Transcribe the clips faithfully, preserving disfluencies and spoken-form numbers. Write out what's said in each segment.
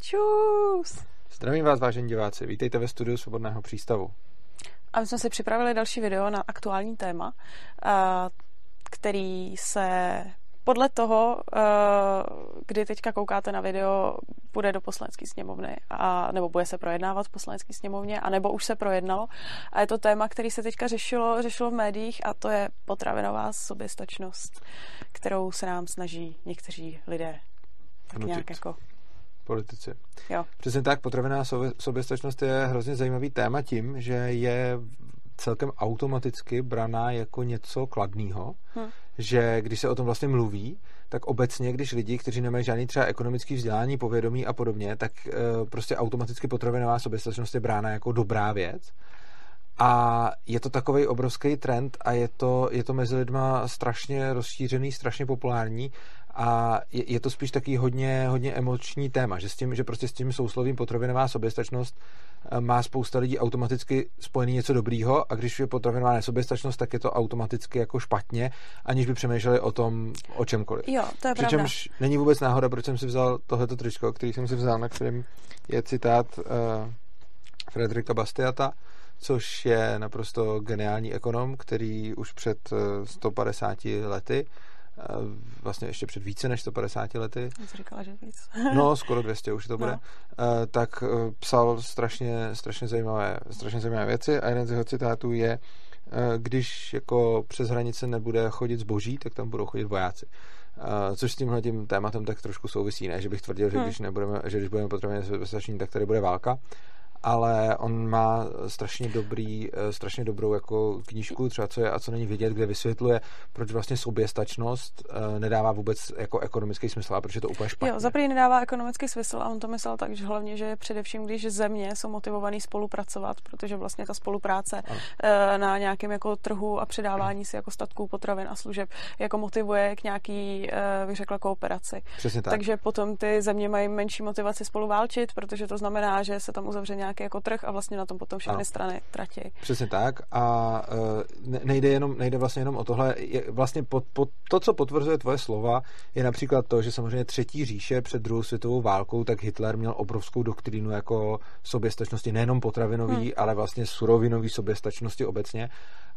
Čus! Zdravím vás, vážení diváci, vítejte ve studiu Svobodného přístavu. A my jsme si připravili další video na aktuální téma, který se podle toho, kdy teďka koukáte na video, bude do Poslanecké sněmovny, a, nebo bude se projednávat v Poslanecké sněmovně, anebo už se projednalo. A je to téma, který se teďka řešilo, řešilo v médiích, a to je potravinová soběstačnost, kterou se nám snaží někteří lidé tak Vnutit. nějak jako... Politici. Jo. Přesně tak, potravinová soběstačnost je hrozně zajímavý téma tím, že je celkem automaticky braná jako něco kladného, hmm. že když se o tom vlastně mluví, tak obecně, když lidi, kteří nemají žádný třeba ekonomický vzdělání, povědomí a podobně, tak e, prostě automaticky potravinová soběstačnost je brána jako dobrá věc. A je to takovej obrovský trend a je to, je to mezi lidma strašně rozšířený, strašně populární a je, je to spíš taky hodně, hodně emoční téma, že, s tím, že prostě s tím souslovím potravinová soběstačnost má spousta lidí automaticky spojený něco dobrýho, a když je potravinová nesoběstačnost, tak je to automaticky jako špatně, aniž by přemýšleli o tom, o čemkoliv. Jo, to je Přičemž pravda. Není vůbec náhoda, proč jsem si vzal tohleto tričko, který jsem si vzal, na kterém je citát uh, Frederica Bastiata, což je naprosto geniální ekonom, který už před sto padesáti lety, vlastně ještě před více než sto padesáti lety, Jsi říkala, že víc. no skoro dvě stě už to bude, no. tak psal strašně, strašně, zajímavé, strašně zajímavé věci a jeden z jeho citátů je, když jako přes hranice nebude chodit zboží, tak tam budou chodit vojáci. Což s tímhle tím tématem tak trošku souvisí, ne? Že bych tvrdil, že, hmm. když, nebudeme, že když budeme potravinově soběstační, tak tady bude válka. Ale on má strašně dobrý, strašně dobrou jako knížku, třeba co je a co není vidět, kde vysvětluje, proč vlastně soběstačnost nedává vůbec jako ekonomický smysl a proč je to úplně špatně. Jo, za první nedává ekonomický smysl a on to myslel tak, že hlavně, že především, když země jsou motivovaný spolupracovat, protože vlastně ta spolupráce ano. na nějakém jako trhu a předávání si jako statků, potravin a služeb jako motivuje k nějaký, bych řekla, kooperaci. Přesně tak. Takže potom ty země mají menší motivaci spolu válčit, protože to znamená, že se tam uzavře nějaký jako trh a vlastně na tom potom všechny ano. strany tratí. Přesně tak a uh, nejde, jenom, nejde vlastně jenom o tohle. Je vlastně pod, pod, to, co potvrzuje tvoje slova, je například to, že samozřejmě třetí říše před druhou světovou válkou, tak Hitler měl obrovskou doktrínu jako soběstačnosti, nejenom potravinový, hmm. ale vlastně surovinový soběstačnosti obecně.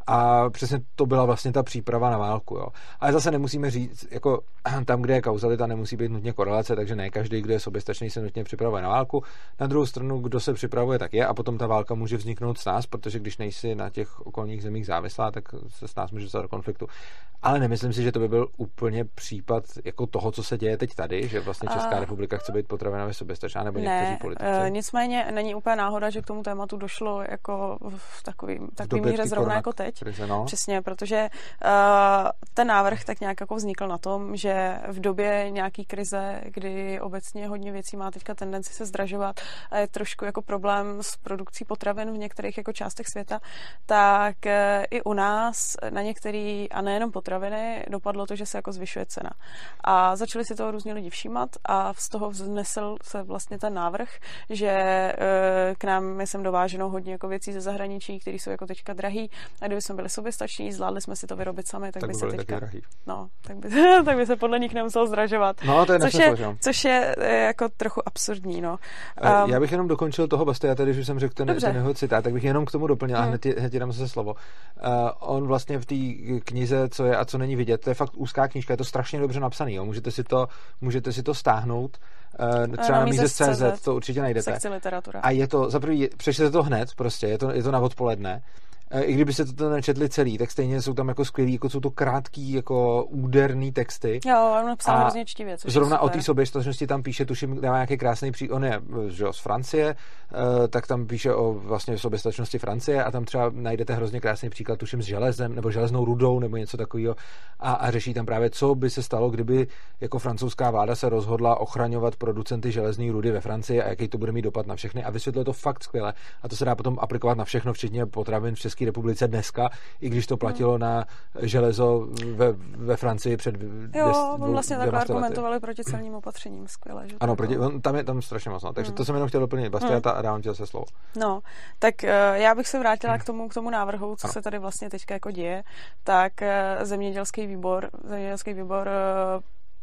A přesně to byla vlastně ta příprava na válku. Jo. Ale zase nemusíme říct, jako tam, kde je kauzalita, nemusí být nutně korelace, takže ne každý, kdo je soběstačný, se nutně připravuje na válku. Na druhou stranu, kdo se připravuje, tak je, a potom ta válka může vzniknout s nás, protože když nejsi na těch okolních zemích závislá, tak se s nás může dostat do konfliktu. Ale nemyslím si, že to by byl úplně případ jako toho, co se děje teď tady, že vlastně Česká a... republika chce být potravinově soběstačná, nebo ne, někteří politici. E, nicméně není úplně náhoda, že k tomu tématu došlo jako v takovým takovým míře zrovna jako teď. Krize, no. Přesně, protože uh, ten návrh tak nějak jako vznikl na tom, že v době nějaký krize, kdy obecně hodně věcí má teďka tendenci se zdražovat a je trošku jako problém s produkcí potravin v některých jako částech světa, tak uh, i u nás na některý, a nejenom potraviny, dopadlo to, že se jako zvyšuje cena. A začali si toho různě lidi všímat a z toho vznesl se vlastně ten návrh, že uh, k nám je sem dováženo hodně jako věcí ze zahraničí, které jsou jako teďka drahý, a kdyby jsme byli soběstační, zvládli jsme si to vyrobit sami, tak, tak by se teďka... No, tak by, tak by se podle nich nemuselo zdražovat. No, to je což, nesmysl, je, což je jako trochu absurdní, no. Um, Já bych jenom dokončil toho Bastiata, když už jsem řekl ten, ten jeho citát, tak bych jenom k tomu doplnil hmm. a hned, hned dám zase slovo. Uh, on vlastně v té knize, co je a co není vidět, to je fakt úzká knížka, je to strašně dobře napsaný, jo. Můžete si to, můžete si to stáhnout, uh, třeba na, na Mises tečka cé zet, to určitě najdete. Sekci literatura. A je to, za prvý, přečtěte to hned, prostě, je to, je to na odpoledne. I kdybyste to nečetli celý, tak stejně jsou tam jako skvělý, jako jsou to krátký, jako úderný texty. Jo, on napsal hrozně čtivě, což zrovna o té soběstačnosti tam píše, tuším, dává nějaký krásný pří... On je, že jo, z Francie, tak tam píše o vlastně soběstačnosti Francie a tam třeba najdete hrozně krásný příklad, tuším, s železem nebo železnou rudou nebo něco takového a, a řeší tam právě, co by se stalo, kdyby jako francouzská vláda se rozhodla ochraňovat producenty železné rudy ve Francii a jaký to bude mít dopad na všechny, a vysvětluje to fakt skvěle. A to se dá potom aplikovat na všechno, včetně potravin v České republice dneska, i když to platilo hmm. na železo ve, ve Francii před Jo, des, on vlastně takhle argumentovali proti celním opatřením, skvěle. Že ano, proti, on, tam je tam strašně moc, no. Takže hmm. to jsem jenom chtěl doplnit Bastiata hmm. a dávám ti zase slovo. No, tak uh, já bych se vrátila hmm. k tomu, k tomu návrhu, co ano. se tady vlastně teďka jako děje, tak uh, zemědělský výbor, zemědělský výbor uh,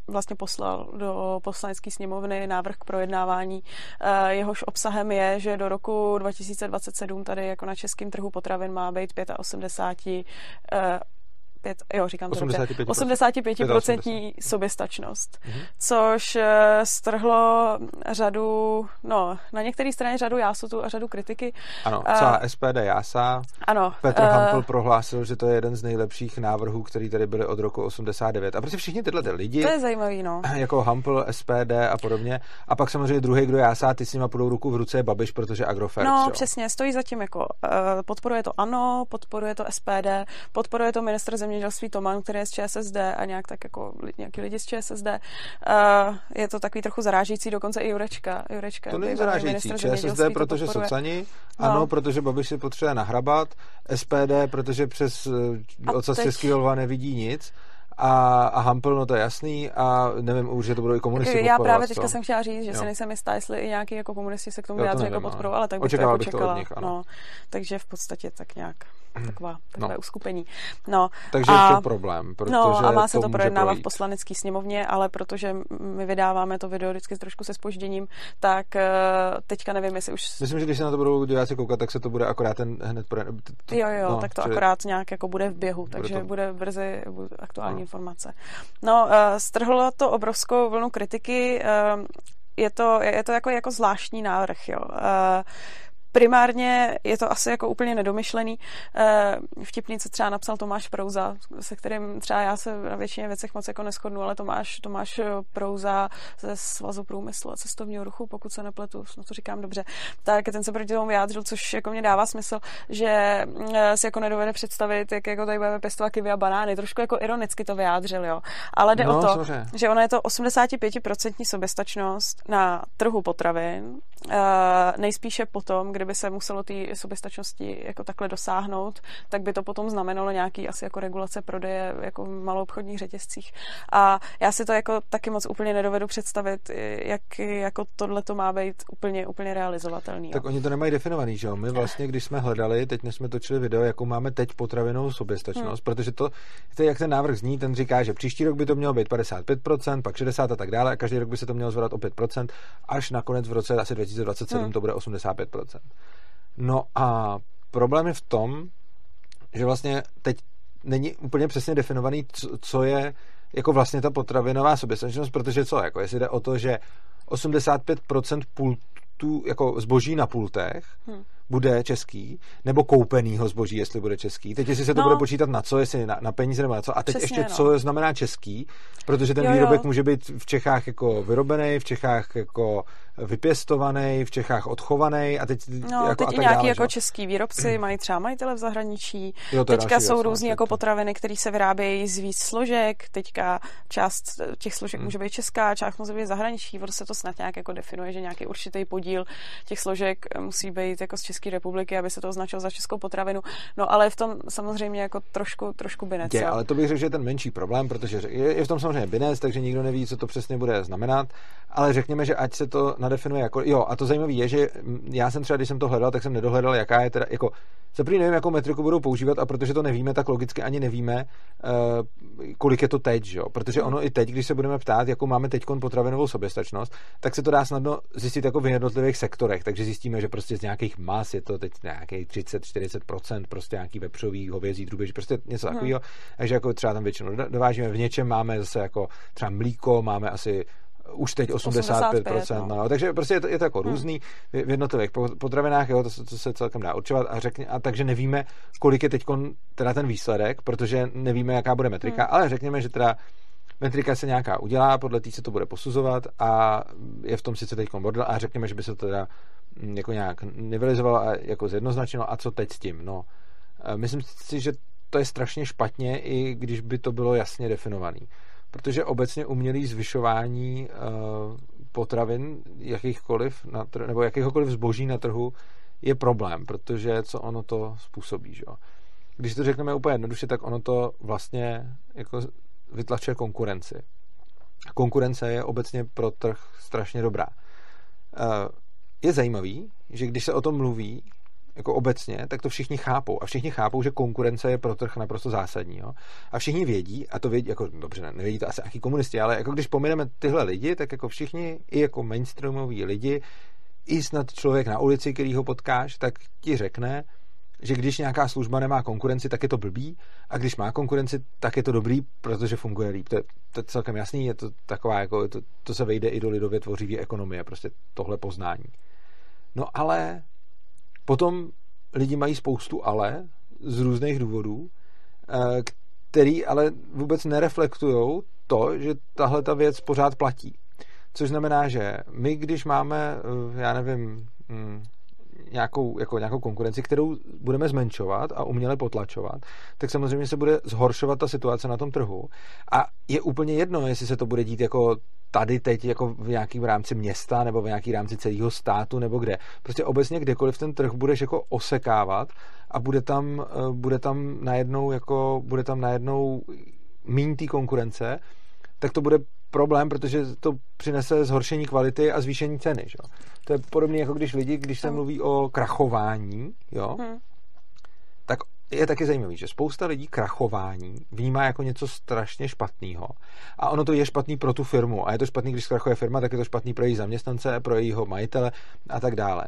vlastně poslal do poslanecké sněmovny návrh k projednávání. Jehož obsahem je, že do roku dva tisíce dvacet sedm tady jako na českém trhu potravin má být osmdesát pět Pět, jo, říkám to dobře, osmdesát pět procent soběstačnost, mm-hmm. což strhlo řadu, no, na některé straně řadu jásotu a řadu kritiky. Ano, celá S P D jása. Ano. Petr uh, Hampl prohlásil, že to je jeden z nejlepších návrhů, který tady byly od roku osmdesát devět. A prostě všichni tyhle ty lidi, to je zajímavý, no. Jako Hampl, S P D a podobně. A pak samozřejmě druhý, kdo jásá, ty s nima půjdou ruku v ruce, je Babiš, protože Agrofert. No, jo. Přesně, stojí zatím jako, uh, podporuje to ANO, podporuje to S P D, podporuje to ministr zemědělství Toman, který je z ČSSD a nějak tak jako nějaký lidi z ČSSD. Uh, je to takový trochu zarážející, dokonce i Jurečka. Jurečka to není zarážející. ČSSD, protože Socani, no. ANO, protože Babiš si potřebuje nahrabat, S P D, protože přes ocas teď... českého lva nevidí nic. A, a Hampl, no to je jasný, a nevím už, že to budou i komunisti. Já právě teďka co? jsem chtěla říct, že jo. si nejsem jistá, jestli i nějaký jako komunisti se k tomu vyjádří jako podporu, ale tak bych to jako čekala. Nich, no, takže v podstatě tak nějak taková, takové no. uskupení. No, takže a, je to problém, protože no, a má se to, to projednávat v poslanecké sněmovně, ale protože my vydáváme to video vždycky trošku se zpožděním, tak teďka nevím, jestli už... Myslím, že když se na to budou diváci koukat, tak se to bude akorát ten hned... Pro... Jo, jo, no, tak to čili... akorát nějak jako bude v běhu, takže bude, to... bude brzy aktuální no. informace. No, uh, strhlo to obrovskou vlnu kritiky, uh, je to, je to jako, jako zvláštní návrh, jo. Uh, primárně je to asi jako úplně nedomyšlený. Vtipný, co třeba napsal Tomáš Prouza, se kterým třeba já se na většině věcech moc jako neshodnu, ale Tomáš, Tomáš Prouza ze Svazu průmyslu a cestovního ruchu, pokud se nepletu, no to říkám dobře, tak ten se proti tomu vyjádřil, což jako mě dává smysl, že si jako nedovede představit, jak jako tady budeme pěstovat kivy a banány. Trošku jako ironicky to vyjádřil, jo. Ale jde no, o to, samozřejmě. Že ono je to osmdesát pět procent soběstačnost na trhu potravin, nejspíše potom, kdyby se muselo té soběstačnosti jako takhle dosáhnout, tak by to potom znamenalo nějaký asi jako regulace prodeje jako v maloobchodních řetězcích. A já si to jako taky moc úplně nedovedu představit, jak jako tohle to má být úplně, úplně realizovatelný. Tak jo. Oni to nemají definovaný, že jo? My vlastně, když jsme hledali, teď než jsme točili video, jakou máme teď potravinovou soběstačnost, hmm. protože to, to, jak ten návrh zní, ten říká, že příští rok by to mělo být padesát pět procent, pak šedesát procent a tak dále, a každý rok by se to mělo zvedat o pět procent, až nakonec v roce asi dva tisíce dvacet sedm hmm. to bude osmdesát pět procent. No a problém je v tom, že vlastně teď není úplně přesně definovaný, co je jako vlastně ta potravinová soběstačnost, protože co, jako jestli jde o to, že osmdesát pět procent pultu, jako zboží na pultech hmm. bude český, nebo koupenýho zboží, jestli bude český. Teď jestli se to no. bude počítat na co, jestli na, na peníze nebo na co. A teď Přesně, ještě no. co znamená český, protože ten jo, výrobek jo. může být v Čechách jako vyrobený, v Čechách jako vypěstovaný, v Čechách odchovaný a teď no, jako teď a tak i nějaký dále, jako že? český výrobci mají třeba majitele v zahraničí. Jo, teďka jsou jasný, různý jako potraviny, které se vyrábějí z víc složek. Teďka část těch složek hmm. může být česká, část může být zahraničí. Prostě se to snad nějak jako definuje, že nějaký určitý podíl těch složek musí být jako z České republiky, aby se to označilo za českou potravinu. No ale v tom samozřejmě jako trošku, trošku binec. Je, ale to bych řekl, že je ten menší problém, protože je, je v tom samozřejmě binec, takže nikdo neví, co to přesně bude znamenat, ale řekněme, že ať se to nadefinuje jako, jo, a to zajímavé je, že já jsem třeba, když jsem to hledal, tak jsem nedohledal, jaká je teda, jako, za první nevím, jakou metriku budou používat, a protože to nevíme, tak logicky ani nevíme, uh, kolik je to teď, jo, protože ono i teď, když se budeme ptát, jakou máme teďkon potravinovou soběstačnost, tak se to dá snadno zjistit jako v jednotlivých sektorech, takže zjistíme, že prostě z nějakých mas je to teď nějakých třicet až čtyřicet procent, prostě nějaký vepřový, hovězí, drůbež, prostě něco takového, hmm. takže jako třeba tam většinou dovážíme, v něčem máme zase jako třeba mlíko, máme asi už teď osmdesát pět procent, no. No, takže prostě je to, je to jako hmm. různý v jednotlivých potravinách, jo, to, to se celkem dá určovat a, řekně, a takže nevíme, kolik je teď teda ten výsledek, protože nevíme, jaká bude metrika, hmm. ale řekněme, že teda metrika se nějaká udělá, podle té se to bude posuzovat a je v tom sice teď bordel a řekněme, že by se to teda jako nějak nivelizovalo a jako zjednoznačilo a co teď s tím, no. Myslím si, že to je strašně špatně, i když by to bylo jasně definovaný. Protože obecně umělý zvyšování uh, potravin jakýchkoliv na trhu, nebo jakýhokoliv zboží na trhu je problém, protože co ono to způsobí, že? Když to řekneme úplně jednoduše, tak ono to vlastně jako vytlačuje konkurenci. Konkurence je obecně pro trh strašně dobrá. Uh, je zajímavý, že když se o tom mluví jako obecně, tak to všichni chápou. A všichni chápou, že konkurence je pro trh naprosto zásadní. Jo? A všichni vědí, a to vědí, jako dobře, nevědí to asi nějaký komunisti, ale jako když pomineme tyhle lidi, tak jako všichni, i jako mainstreamoví lidi, i snad člověk na ulici, který ho potkáš, tak ti řekne, že když nějaká služba nemá konkurenci, tak je to blbý, a když má konkurenci, tak je to dobrý, protože funguje líp. To je, to je celkem jasný, je to taková, jako, to, to se vejde i do lidově tvořivý ekonomie, prostě tohle poznání. No ale potom lidi mají spoustu ale z různých důvodů, který ale vůbec nereflektujou to, že tahle ta věc pořád platí. Což znamená, že my, když máme, já nevím, nějakou, jako nějakou konkurenci, kterou budeme zmenšovat a uměle potlačovat, tak samozřejmě se bude zhoršovat ta situace na tom trhu. A je úplně jedno, jestli se to bude dít jako tady teď, jako v nějakém rámci města, nebo v nějakém rámci celého státu, nebo kde. Prostě obecně kdekoliv ten trh budeš jako osekávat a bude tam, bude tam najednou jako, bude tam najednou míň té konkurence, tak to bude problém, protože to přinese zhoršení kvality a zvýšení ceny. Že? To je podobné, jako když lidi, když se mluví o krachování, jo, hmm. tak je taky zajímavý, že spousta lidí krachování vnímá jako něco strašně špatného. A ono to je špatný pro tu firmu. A je to špatný, když krachuje firma, tak je to špatný pro její zaměstnance, pro jejího majitele a tak dále.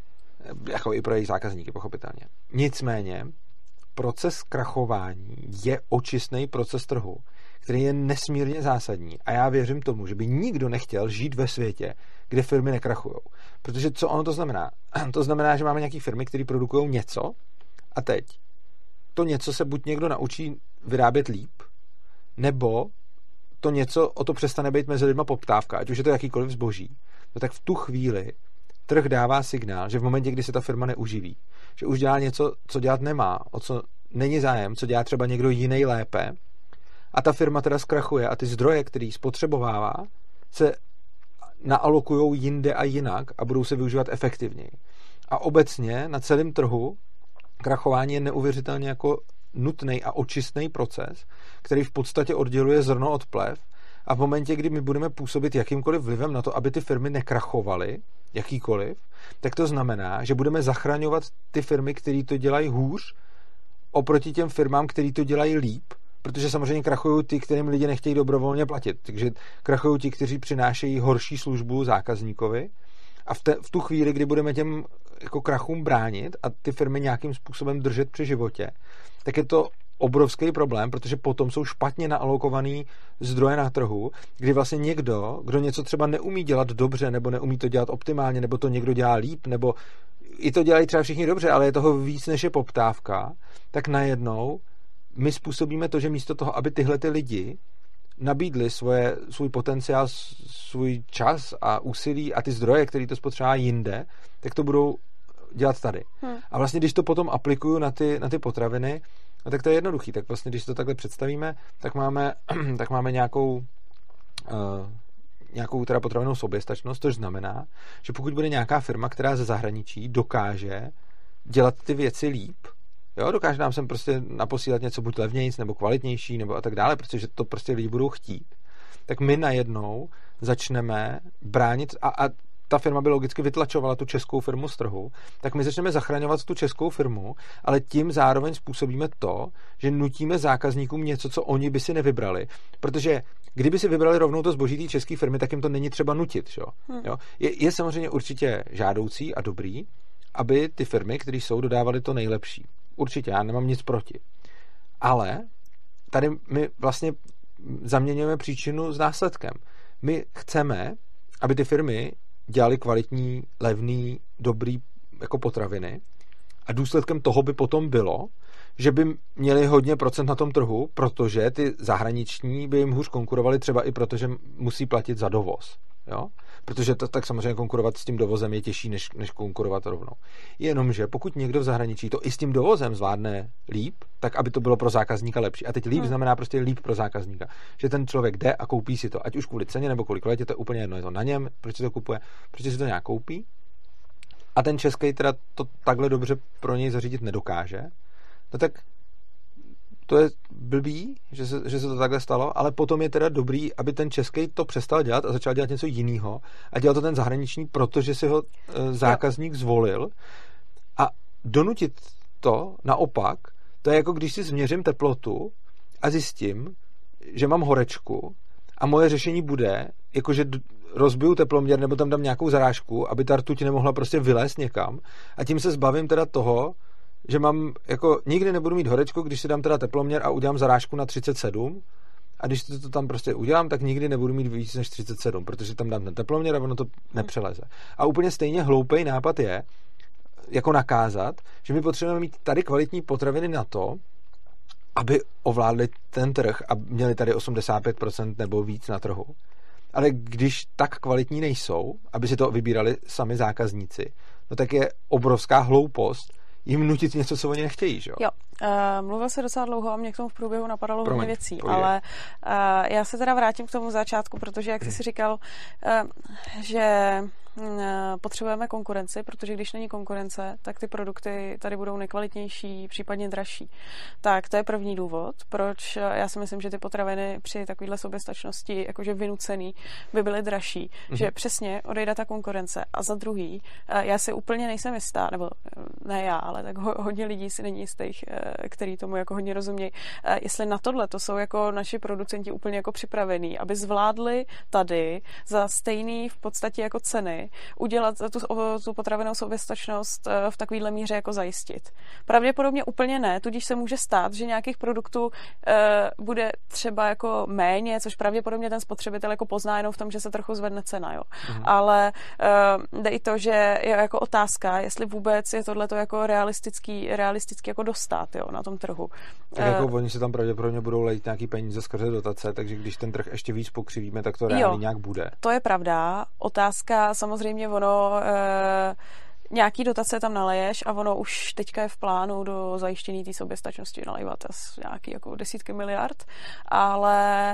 Jako i pro její zákazníky, pochopitelně. Nicméně, proces krachování je očistný proces trhu, který je nesmírně zásadní. A já věřím tomu, že by nikdo nechtěl žít ve světě, kde firmy nekrachujou. Protože co ono to znamená? To znamená, že máme nějaké firmy, které produkují něco a teď to něco se buď někdo naučí vyrábět líp, nebo to něco o to přestane být mezi lidma poptávka, ať už je to jakýkoliv zboží. No tak v tu chvíli trh dává signál, že v momentě, kdy se ta firma neuživí, že už dělá něco, co dělat nemá, o co není zájem, co dělá třeba někdo jiný lépe, a ta firma teda zkrachuje a ty zdroje, který spotřebovává, se naalokujou jinde a jinak a budou se využívat efektivněji. A obecně na celém trhu krachování je neuvěřitelně jako nutný a očistný proces, který v podstatě odděluje zrno od plev, a v momentě, kdy my budeme působit jakýmkoliv vlivem na to, aby ty firmy nekrachovaly, jakýkoliv, tak to znamená, že budeme zachraňovat ty firmy, které to dělají hůř, oproti těm firmám, které to dělají líp, protože samozřejmě krachují ty, kterým lidi nechtějí dobrovolně platit. Takže krachují ti, kteří přinášejí horší službu zákazníkovi, a v, te, v tu chvíli, kdy budeme těm jako krachům bránit a ty firmy nějakým způsobem držet při životě, tak je to obrovský problém, protože potom jsou špatně naalokovaný zdroje na trhu, kdy vlastně někdo, kdo něco třeba neumí dělat dobře, nebo neumí to dělat optimálně, nebo to někdo dělá líp, nebo i to dělají třeba všichni dobře, ale je toho víc, než je poptávka, tak najednou my způsobíme to, že místo toho, aby tyhle ty lidi nabídli svoje, svůj potenciál, svůj čas a úsilí a ty zdroje, které to spotřebuje jinde, tak to budou dělat tady. Hmm. A vlastně, když to potom aplikuju na ty, na ty potraviny, no tak to je jednoduchý. Tak vlastně, když to takhle představíme, tak máme, tak máme nějakou uh, nějakou teda potravinovou soběstačnost, což znamená, že pokud bude nějaká firma, která ze zahraničí dokáže dělat ty věci líp, jo, dokáže nám sem prostě naposílat něco buď levnější, nebo kvalitnější, nebo a tak dále, protože to prostě lidi budou chtít, tak my najednou začneme bránit, a, a ta firma by logicky vytlačovala tu českou firmu z trhu, tak my začneme zachraňovat tu českou firmu, ale tím zároveň způsobíme to, že nutíme zákazníkům něco, co oni by si nevybrali. Protože kdyby si vybrali rovnou to zboží té české firmy, tak jim to není třeba nutit. Jo? Hmm. Jo? Je, je samozřejmě určitě žádoucí a dobrý, aby ty firmy, které jsou, dodávaly to nejlepší. Určitě, já nemám nic proti. Ale tady my vlastně zaměňujeme příčinu s následkem. My chceme, aby ty firmy dělali kvalitní, levný, dobrý jako potraviny, a důsledkem toho by potom bylo, že by měli hodně procent na tom trhu, protože ty zahraniční by jim hůř konkurovali, třeba i protože musí platit za dovoz. Jo? Protože to tak samozřejmě konkurovat s tím dovozem je těžší, než, než konkurovat rovnou. Jenomže pokud někdo v zahraničí to i s tím dovozem zvládne líp, tak aby to bylo pro zákazníka lepší. A teď líp hmm. znamená prostě líp pro zákazníka. Že ten člověk jde a koupí si to, ať už kvůli ceně nebo kvůli kvalitě, to je úplně jedno, je to na něm, proč si to kupuje, proč si to nějak koupí. A ten český teda to takhle dobře pro něj zařídit nedokáže. No tak to je blbý, že se, že se to takhle stalo, ale potom je teda dobrý, aby ten český to přestal dělat a začal dělat něco jiného a dělal to ten zahraniční, protože si ho e, zákazník zvolil. A donutit to naopak, to je jako když si změřím teplotu a zjistím, že mám horečku a moje řešení bude, jakože rozbiju teploměr nebo tam dám nějakou zarážku, aby ta rtuť nemohla prostě vylézt někam a tím se zbavím teda toho, že mám, jako nikdy nebudu mít horečku, když si dám teda teploměr a udělám zarážku na třicet sedm a když to, to tam prostě udělám, tak nikdy nebudu mít víc než třicet sedm, protože tam dám ten teploměr a ono to nepřeleze. A úplně stejně hloupej nápad je, jako nakázat, že my potřebujeme mít tady kvalitní potraviny na to, aby ovládli ten trh a měli tady osmdesát pět procent nebo víc na trhu. Ale když tak kvalitní nejsou, aby si to vybírali sami zákazníci, no tak je obrovská hloupost jim nutit něco, co oni nechtějí, že jo? Jo, uh, mluvil se docela dlouho a mě k tomu v průběhu napadalo Promiň, hodně věcí, povídej. ale uh, já se teda vrátím k tomu začátku, protože jak jsi si říkal, uh, že potřebujeme konkurenci, protože když není konkurence, tak ty produkty tady budou nekvalitnější, případně dražší. Tak to je první důvod, proč já si myslím, že ty potraviny při takovéhle soběstačnosti jakože vynucený by byly dražší. Mm-hmm. Že přesně odejde ta konkurence. A za druhý, já si úplně nejsem jistá, nebo ne já, ale tak ho, hodně lidí si není jistých, který tomu jako hodně rozumějí, jestli na tohle to jsou jako naši producenti úplně jako připravení, aby zvládli tady za stejný v podstatě jako ceny udělat tu, tu potravinou soběstačnost v takovýhle míře jako zajistit. Pravděpodobně úplně ne, tudíž se může stát, že nějakých produktů uh, bude třeba jako méně, což pravděpodobně ten spotřebitel jako pozná jenom v tom, že se trochu zvedne cena, jo. Mhm. Ale uh, jde i to, že je jako otázka, jestli vůbec je tohleto jako realistický, realistický jako dostat, jo, na tom trhu. Tak jako uh, oni se tam pravděpodobně budou lejt nějaký peníze skrze dotace, takže když ten trh ještě víc pokřivíme, tak to reálně nějak bude. To je pravda. Otázka samozřejmě ono e, nějaký dotace tam naleješ a ono už teďka je v plánu do zajištění té soběstačnosti nalejvat nějaký jako desítky miliard, ale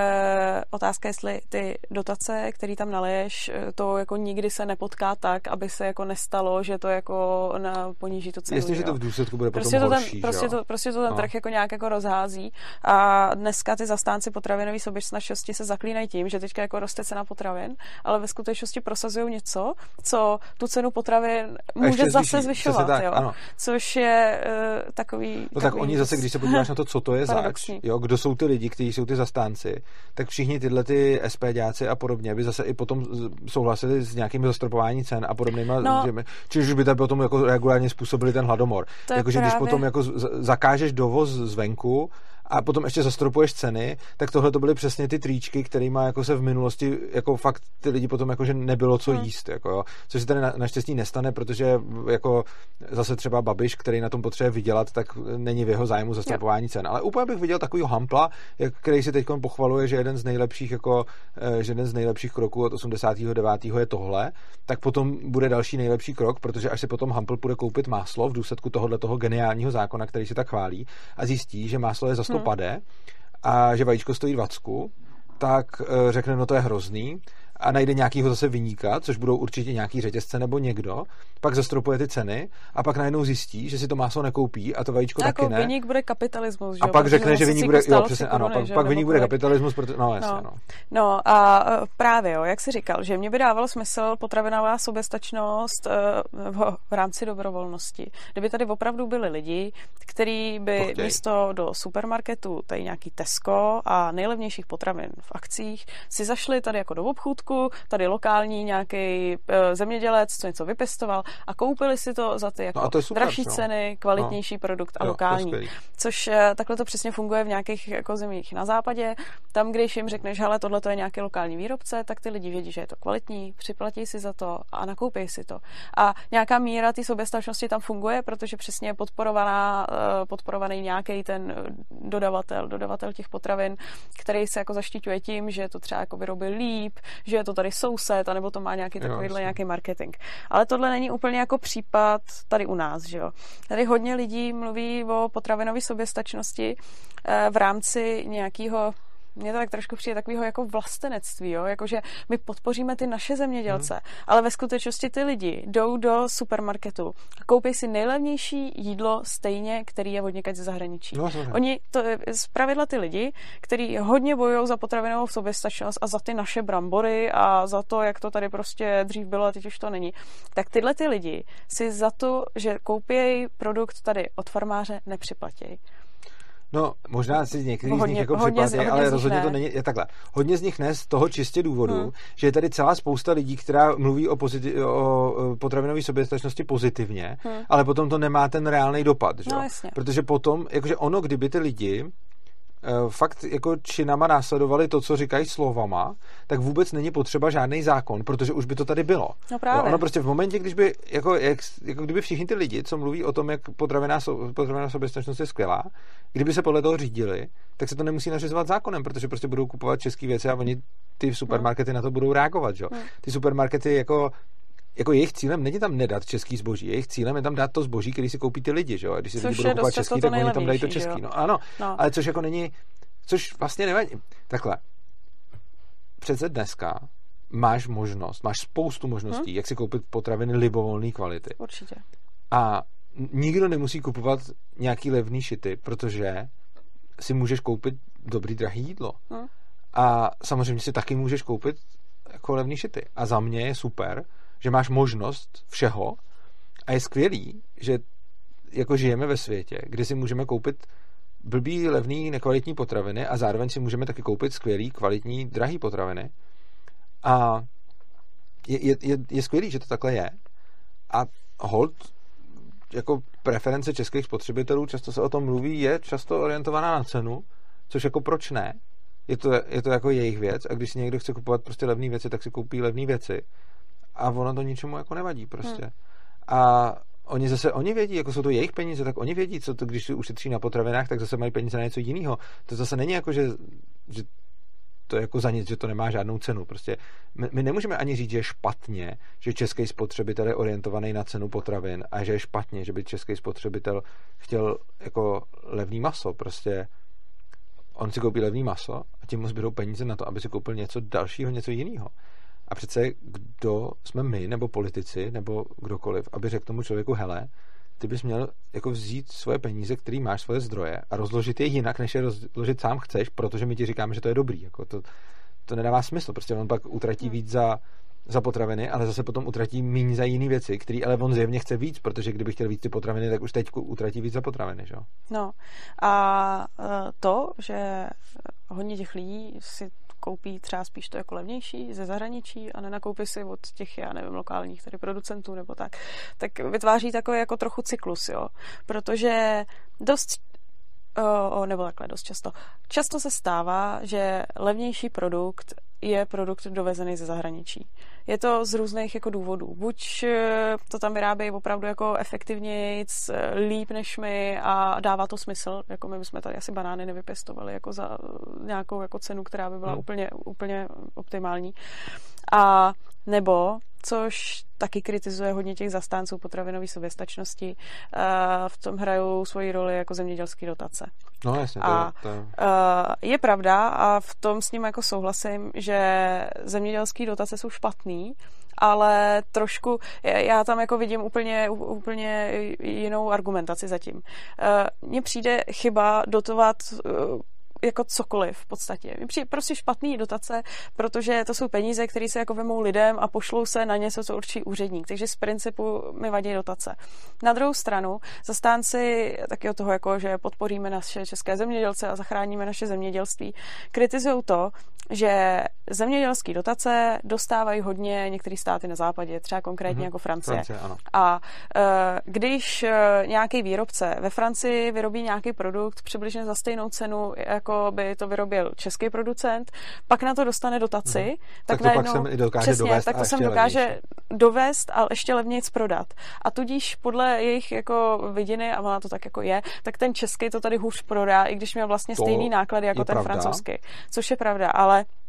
e, otázka, jestli ty dotace, které tam naleješ, to jako nikdy se nepotká tak, aby se jako nestalo, že to jako na, poníží to cenu. Jasně, že to v důsledku bude prostě potom to horší, ten, prostě, to, prostě to ten no. trh jako nějak jako rozhází a dneska ty zastánci potravinové soběstačnosti se zaklínají tím, že teďka jako roste cena potravin, ale ve skutečnosti prosazují něco, co tu cenu potravin může zase zvýší, zvyšovat, tak, jo. Ano. Což je uh, takový... No takový tak oni zase, když se podíváš na to, co to je zač, jo, kdo jsou ty lidi, kteří jsou ty zastánci, tak všichni tyhle ty SPďáci a podobně by zase i potom souhlasili s nějakým zastropování cen a podobnýma, no, čiž by tam potom jako regulárně způsobili ten hladomor. Jakože když potom jako zakážeš dovoz zvenku a potom ještě zastropuješ ceny, tak tohle to byly přesně ty tričky, kterýma jako se v minulosti jako fakt ty lidi potom jakože nebylo co hmm. jíst, jako jo. Což se tady na, naštěstí nestane, protože jako zase třeba Babiš, který na tom potřebuje vydělat, tak není v jeho zájmu zastropování cen. Ale úplně bych viděl takovýho hampla, který si teď pochvaluje, že jeden z nejlepších jako, že jeden z nejlepších kroků od osmdesátého devátého je tohle, tak potom bude další nejlepší krok, protože až si potom hampl půjde koupit máslo v důsledku tohohle toho geniálního zákona, který si tak chválí a zjistí, že máslo je za sto pade a že vajíčko stojí dvacku, tak řekne, no to je hrozný a najde nějakýho zase viníka, což budou určitě nějaký řetězce nebo někdo, pak zastropuje ty ceny a pak najednou zjistí, že si to máslo nekoupí a to vajíčko jako taky ne. Viník bude kapitalismus, že a jo? pak řekne, že viník bude, jo, přesně, koruny, ano, pak, že? pak viník bude kolik... kapitalismus, protože, no jasně, no. no. No a právě, jo, jak jsi říkal, že mě by dávalo smysl potravinová soběstačnost v, v rámci dobrovolnosti. Kdyby tady opravdu byli lidi, kteří by místo do supermarketu, tady nějaký Tesco a nejlevnějších potravin v akcích si zašli tady jako do obchůdku, tady lokální nějaký uh, zemědělec, co něco vypěstoval a koupili si to za ty jako no super, dražší no. ceny, kvalitnější no. produkt a jo, lokální. Což uh, takhle to přesně funguje v nějakých jako zemích na západě. Tam, když jim řekneš, hele, tohle to je nějaký lokální výrobce, tak ty lidi vědí, že je to kvalitní, připlatí si za to a nakoupí si to. A nějaká míra té soběstačnosti tam funguje, protože přesně je podporovaná, uh, podporovaný nějaký ten dodavatel, dodavatel těch potravin, který se jako zaštiťuje tím, že to třeba jako vyrobí líp, že je to tady soused, anebo to má nějaký takovýhle nějaký marketing. Ale tohle není úplně jako případ tady u nás, že jo. Tady hodně lidí mluví o potravinové soběstačnosti v rámci nějakého Mně to tak trošku přijde takového jako vlastenectví, jo? Jakože my podpoříme ty naše zemědělce, hmm. ale ve skutečnosti ty lidi jdou do supermarketu a koupí si nejlevnější jídlo stejně, který je odněkaď ze zahraničí. No, Oni, to zpravidla ty lidi, kteří hodně bojují za potravinovou soběstačnost a za ty naše brambory a za to, jak to tady prostě dřív bylo a teď už to není, tak tyhle ty lidi si za to, že koupí produkt tady od farmáře, nepřiplatí. No, možná si některý hodně, z nich jako hodně, připlatí, hodně ale z rozhodně ne. to není je takhle. Hodně z nich ne z toho čistě důvodu, hmm. že je tady celá spousta lidí, která mluví o, poziti- o potravinové soběstačnosti pozitivně, hmm. ale potom to nemá ten reálný dopad, že? No, jasně. Protože potom, jakože ono, kdyby ty lidi fakt jako činama následovali to, co říkají slovama, tak vůbec není potřeba žádný zákon, protože už by to tady bylo. No právě. Jo, ono prostě v momentě, když by, jako, jak, jako kdyby všichni ty lidi, co mluví o tom, jak potravinová so, soběstačnost je skvělá, kdyby se podle toho řídili, tak se to nemusí nařizovat zákonem, protože prostě budou kupovat české věci a oni ty supermarkety hmm. na to budou reagovat, jo. Hmm. Ty supermarkety jako jako jejich cílem není tam nedat český zboží, jejich cílem je tam dát to zboží, který si koupí ty lidi, že jo? A když si lidi budou kupovat český, tak oni tam dají to český. No ano, no. Ale což jako není, což vlastně nevadí. Takhle, přece dneska máš možnost, máš spoustu možností, hmm? jak si koupit potraviny libovolné kvality. Určitě. A nikdo nemusí kupovat nějaký levný šity, protože si můžeš koupit dobrý drahý jídlo. Hmm? A samozřejmě si taky můžeš koupit jako levný šity. A za mě je super, že máš možnost všeho a je skvělý, že jako žijeme ve světě, kde si můžeme koupit blbý, levný, nekvalitní potraviny a zároveň si můžeme taky koupit skvělý, kvalitní, drahý potraviny. A je, je, je, je skvělý, že to takhle je. A hold, jako preference českých spotřebitelů, často se o tom mluví, je často orientovaná na cenu, což jako proč ne? Je to, je to jako jejich věc a když si někdo chce kupovat prostě levné věci, tak si koupí levné věci. A ono to ničemu jako nevadí prostě. Hmm. A oni zase, oni vědí, jako jsou to jejich peníze, tak oni vědí, co to, když si ušetří na potravinách, tak zase mají peníze na něco jiného. To zase není jako, že, že to je jako za nic, že to nemá žádnou cenu. Prostě my, my nemůžeme ani říct, že je špatně, že český spotřebitel je orientovaný na cenu potravin a že je špatně, že by český spotřebitel chtěl jako levný maso. Prostě on si koupí levný maso a tím mu zbydou peníze na to, aby si koupil něco dalšího, něco jiného. A přece kdo jsme my, nebo politici, nebo kdokoliv, aby řekl tomu člověku, hele, ty bys měl jako vzít svoje peníze, který máš, svoje zdroje a rozložit je jinak, než je rozložit sám chceš, protože my ti říkáme, že to je dobrý. Jako to, to nedává smysl. Prostě on pak utratí víc za, za potraviny, ale zase potom utratí míň za jiné věci, který ale on zjevně chce víc, protože kdyby chtěl víc ty potraviny, tak už teď utratí víc za potraviny. Že? No a to, že hodně těch lidí si koupí třeba spíš to jako levnější ze zahraničí a nenakoupí si od těch, já nevím, lokálních tady producentů nebo tak, tak vytváří takový jako trochu cyklus, jo. Protože dost, o, nebo takhle dost často, často se stává, že levnější produkt je produkt dovezený ze zahraničí. Je to z různých jako důvodů. Buď to tam vyrábějí opravdu jako efektivnějc, líp než my a dává to smysl, jako my bychom tady asi banány nevypěstovali jako za nějakou jako cenu, která by byla hmm. úplně, úplně optimální. A nebo, což taky kritizuje hodně těch zastánců potravinové soběstačnosti, v tom hrajou svoji roli jako zemědělské dotace. No jasně, to, a to... je pravda a v tom s ním jako souhlasím, že zemědělské dotace jsou špatný, ale trošku, já tam jako vidím úplně, úplně jinou argumentaci zatím. Mně přijde chyba dotovat jako cokoliv v podstatě. Mi přijde prostě špatný dotace, protože to jsou peníze, které se jako vemou lidem a pošlou se na něco, co určí úředník. Takže z principu mi vadí dotace. Na druhou stranu zastánci taky od toho, jako, že podpoříme naše české zemědělce a zachráníme naše zemědělství, kritizují to, že zemědělské dotace dostávají hodně některé státy na západě, třeba konkrétně mm-hmm. jako Francie. Francie ano. A e, když e, nějaký výrobce ve Francii vyrobí nějaký produkt přibližně za stejnou cenu, jako by to vyrobil český producent, pak na to dostane dotaci, mm-hmm. tak, tak to najednou, pak sem i dokáže přesně, dovést tak to a sem ještě dokáže levnější. dovést, ale ještě levnějc prodat. A tudíž podle jejich jako vidiny, a ona to tak jako je, tak ten český to tady hůř prodá, i když měl vlastně to stejný náklady jako ten pravda. francouzský. Což je pravda, ale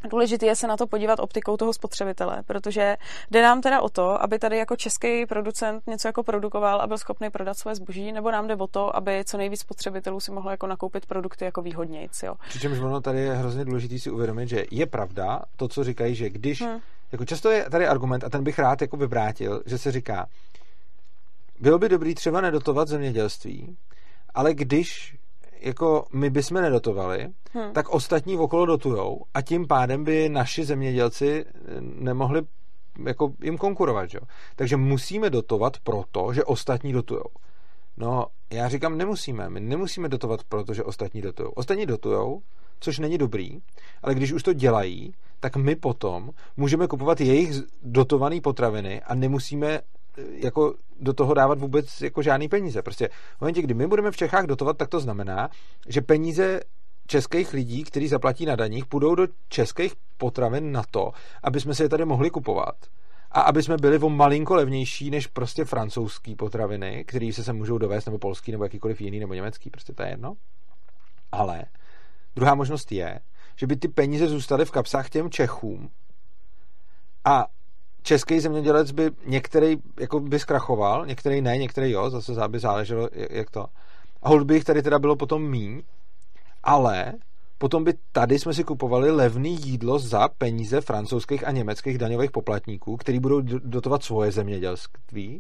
Důležité je se na to podívat optikou toho spotřebitele, protože jde nám teda o to, aby tady jako český producent něco jako produkoval a byl schopný prodat svoje zboží, nebo nám jde o to, aby co nejvíc spotřebitelů si mohlo jako nakoupit produkty jako výhodnějc, jo. Přičemž ono tady je hrozně důležité si uvědomit, že je pravda to, co říkají, že když, hmm. jako často je tady argument, a ten bych rád jako vyvrátil, že se říká, bylo by dobrý třeba nedotovat zemědělství, ale když jako my bychom nedotovali, hmm. tak ostatní okolo dotujou a tím pádem by naši zemědělci nemohli jako jim konkurovat, že? Takže musíme dotovat proto, že ostatní dotujou. No, já říkám, nemusíme. My nemusíme dotovat proto, že ostatní dotujou. Ostatní dotujou, což není dobrý, ale když už to dělají, tak my potom můžeme kupovat jejich dotované potraviny a nemusíme jako do toho dávat vůbec jako žádný peníze. Prostě v momentě, kdy my budeme v Čechách dotovat, tak to znamená, že peníze českých lidí, kteří zaplatí na daních, půjdou do českých potravin na to, aby jsme si je tady mohli kupovat a aby jsme byli o malinko levnější než prostě francouzský potraviny, které se sem můžou dovést, nebo polský, nebo jakýkoliv jiný, nebo německý, prostě to je jedno. Ale druhá možnost je, že by ty peníze zůstaly v kapsách těm Čechům a český zemědělec by některý jako by zkrachoval, některý ne, některý jo, zase by záleželo, jak to. A holt by jich tady teda bylo potom míň, ale potom by tady jsme si kupovali levný jídlo za peníze francouzských a německých daňových poplatníků, který budou dotovat svoje zemědělství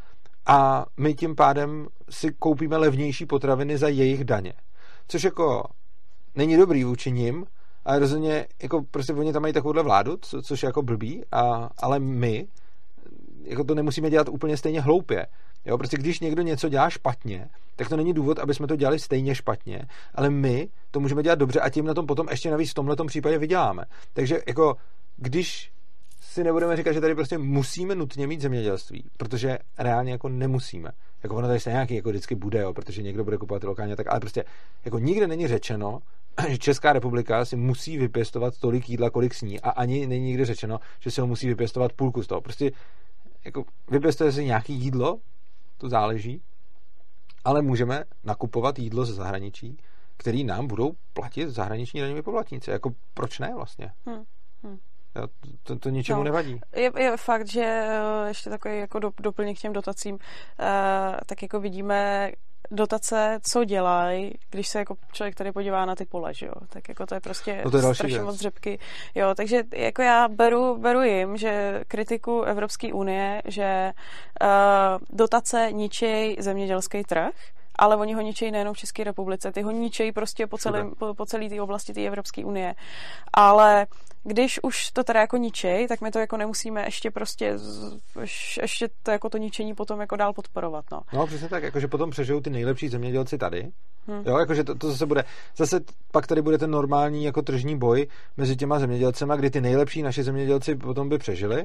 a my tím pádem si koupíme levnější potraviny za jejich daně. Což jako není dobrý vůči nim, ale rozhodně, jako prostě oni tam mají takovouhle vládu, co, což je jako blbý, a, ale my jako to nemusíme dělat úplně stejně hloupě. Jo, prostě když někdo něco dělá špatně, tak to není důvod, aby jsme to dělali stejně špatně, ale my to můžeme dělat dobře a tím na tom potom ještě navíc v tomhletom případě vyděláme. Takže jako když si nebudeme říkat, že tady prostě musíme nutně mít zemědělství, protože reálně jako nemusíme. Jako ono tady se nějaký jako vždycky bude, jo, protože někdo bude kupovat lokálně, tak ale prostě jako nikde není řečeno, že Česká republika si musí vypěstovat tolik jídla, kolik sní, a ani není nikdy řečeno, že si ho musí vypěstovat půlku z toho. Prostě jako vypěstuje si nějaký jídlo, to záleží, ale můžeme nakupovat jídlo ze zahraničí, který nám budou platit zahraniční daňoví poplatníci. Jako proč ne vlastně? Hmm. Hmm. To, to ničemu no, nevadí. Je, je fakt, že ještě takový jako doplněk k těm dotacím, uh, tak jako vidíme dotace, co dělají, když se jako člověk tady podívá na ty pole, že jo, tak jako to je prostě no to je strašně moc řepky. Jo, takže jako já beru, beru jim, že kritiku Evropské unie, že uh, dotace ničí zemědělský trh, ale oni ho ničejí nejenom v České republice, ty ho ničejí prostě po, celém, po, po celé té oblasti té Evropské unie. Ale když už to teda jako ničej, tak my to jako nemusíme ještě prostě ještě to jako to ničení potom jako dál podporovat, no. No, přesně tak, jakože potom přežijou ty nejlepší zemědělci tady. Hmm. Jo, jakože to, to zase bude, zase pak tady bude ten normální jako tržní boj mezi těma zemědělcema, kdy ty nejlepší naši zemědělci potom by přežili,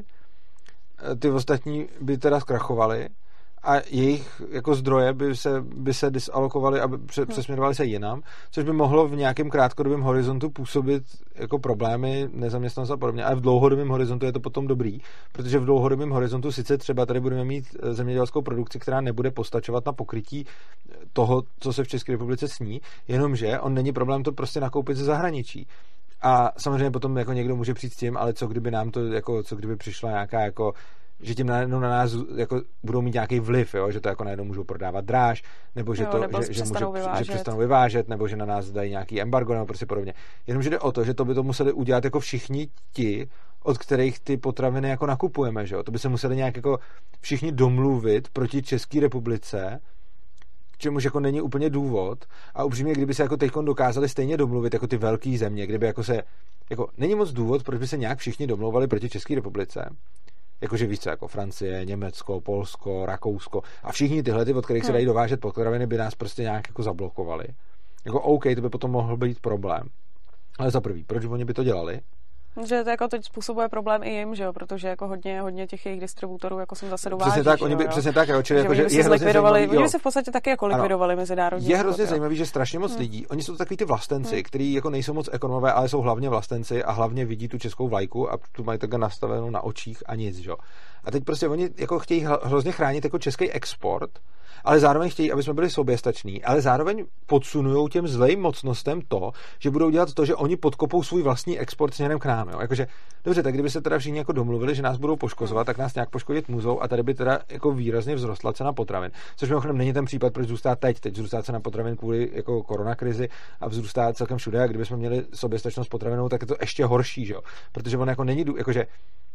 ty ostatní by teda zkrachovali a jejich jako zdroje by se, by se disalokovaly a pře, přesměrovaly se jinam, což by mohlo v nějakém krátkodobém horizontu působit jako problémy, nezaměstnanost a podobně, ale v dlouhodobém horizontu je to potom dobrý, protože v dlouhodobém horizontu sice třeba tady budeme mít zemědělskou produkci, která nebude postačovat na pokrytí toho, co se v České republice sní, jenomže on není problém to prostě nakoupit ze zahraničí. A samozřejmě potom jako někdo může přijít s tím, ale co kdyby nám to, jako, co kdyby přišla nějaká jako že tím najednou na nás jako budou mít nějaký vliv, jo? Že to jako najednou můžou prodávat dráž, nebo že, jo, to, nebo že, že, můžou, vyvážet. že přestanou vyvážet, nebo že na nás dají nějaký embargo, nebo prostě podobně. Jenomže jde o to, že to by to museli udělat jako všichni ti, od kterých ty potraviny jako nakupujeme, že jo? To by se museli nějak jako všichni domluvit proti České republice, k čemuž jako není úplně důvod. A upřímně, kdyby se jako teďkon dokázali stejně domluvit jako ty velké země, kdyby jako se, jako není moc důvod, proč by se nějak všichni domlouvali proti České republice. Jakože víš co, jako Francie, Německo, Polsko, Rakousko a všichni tyhle, ty, od kterých hmm. se dají dovážet potraviny, by nás prostě nějak jako zablokovali. Jako OK, to by potom mohl být problém. Ale za prvý, proč oni by to dělali? Že to jako teď způsobuje problém i jim, že jo, protože jako hodně, hodně těch jejich distributorů jako jsem zase dováží. Přesně tak, jo, oni by, jo? přesně tak, jo, čili že jako, že je hrozně zajímavý. Oni by se v podstatě taky jako likvidovali mezinárodně. Je hrozně zajímavý, že strašně moc hmm. lidí, oni jsou takový ty vlastenci, hmm. kteří jako nejsou moc ekonomové, ale jsou hlavně vlastenci a hlavně vidí tu českou vlajku a tu mají takhle nastavenou na očích a nic, jo. A teď prostě oni jako chtějí hrozně chránit jako český export, ale zároveň chtějí, aby jsme byli soběstační, ale zároveň podsunujou těm zlým mocnostem to, že budou dělat to, že oni podkopou svůj vlastní export směrem k nám. nám. Jo? Jakože, dobře, tak kdyby se teda všichni jako domluvili, že nás budou poškozovat, tak nás nějak poškodit můžou a tady by teda jako výrazně vzrostla cena potravin. Což mimochodem není ten případ, proč zůstá teď. Teď zůstá cena potravin kvůli jako koronakrizi a vzrůstá celkem všude. A kdybychom měli soběstačnost potravinou, tak je to ještě horší, že jo? Protože on jako není, jakože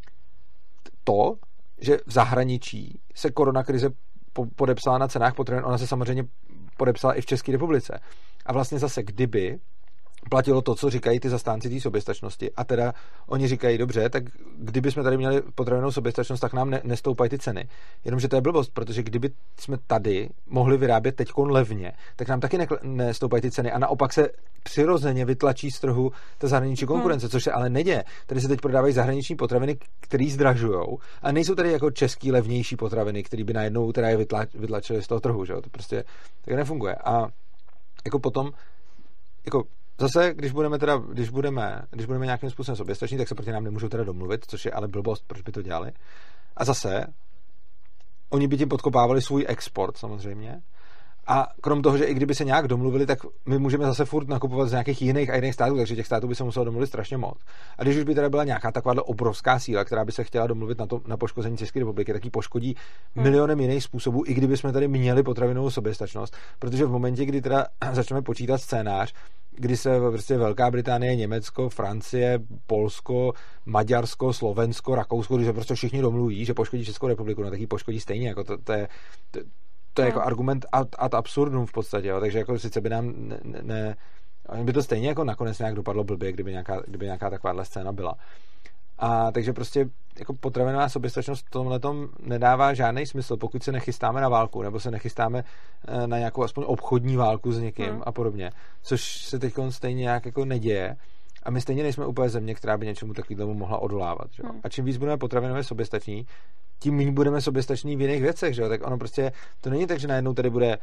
to, že v zahraničí se koronakrize podepsala na cenách potravin, ona se samozřejmě podepsala i v České republice. A vlastně zase, kdyby platilo to, co říkají ty zastánci té soběstačnosti, a teda oni říkají, dobře, tak kdyby jsme tady měli potravinovou soběstačnost, tak nám ne, nestoupají ty ceny. Jenomže to je blbost, protože kdyby jsme tady mohli vyrábět teďkon levně, tak nám taky ne, nestoupají ty ceny a naopak se přirozeně vytlačí z trhu ta zahraniční konkurence, hmm. což se ale neděje. Tady se teď prodávají zahraniční potraviny, které zdražujou, a nejsou tady jako český levnější potraviny, které by najednou teda je vytlač, vytlačily z toho trhu, že jo? To prostě tak nefunguje. A jako potom jako zase, když budeme teda, když budeme, když budeme nějakým způsobem soběstační, tak se proti nám nemůžou teda domluvit, což je ale blbost, proč by to dělali. A zase, oni by tím podkopávali svůj export samozřejmě. A krom toho, že i kdyby se nějak domluvili, tak my můžeme zase furt nakupovat z nějakých jiných a jiných států, takže těch států by se muselo domluvit strašně moc. A když už by teda byla nějaká takováhle obrovská síla, která by se chtěla domluvit na, to, na poškození České republiky, tak ji poškodí hmm. milionem jiných způsobů, i kdyby jsme tady měli potravinovou soběstačnost, protože v momentě, kdy teda začneme počítat scénář, kdy se prostě Velká Británie, Německo, Francie, Polsko, Maďarsko, Slovensko, Rakousko, když se prostě všichni domluví, že poškodí Českou republiku, no tak ji poškodí stejně, jako to, to je to, to je no. jako argument ad, ad absurdum v podstatě, jo. Takže jako sice by nám ne, ne, ne by to stejně jako nakonec nějak dopadlo blbě, kdyby nějaká, kdyby nějaká takováhle scéna byla. A takže prostě jako potravinová soběstačnost v tomhletom nedává žádný smysl, pokud se nechystáme na válku, nebo se nechystáme na nějakou aspoň obchodní válku s někým hmm. a podobně, což se teď stejně nějak jako neděje. A my stejně nejsme úplně země, která by něčemu takovému mohla odolávat. Že? Hmm. A čím víc budeme potravinově soběstační, tím méně budeme soběstační v jiných věcech. Že? Tak ono prostě, to není tak, že najednou tady bude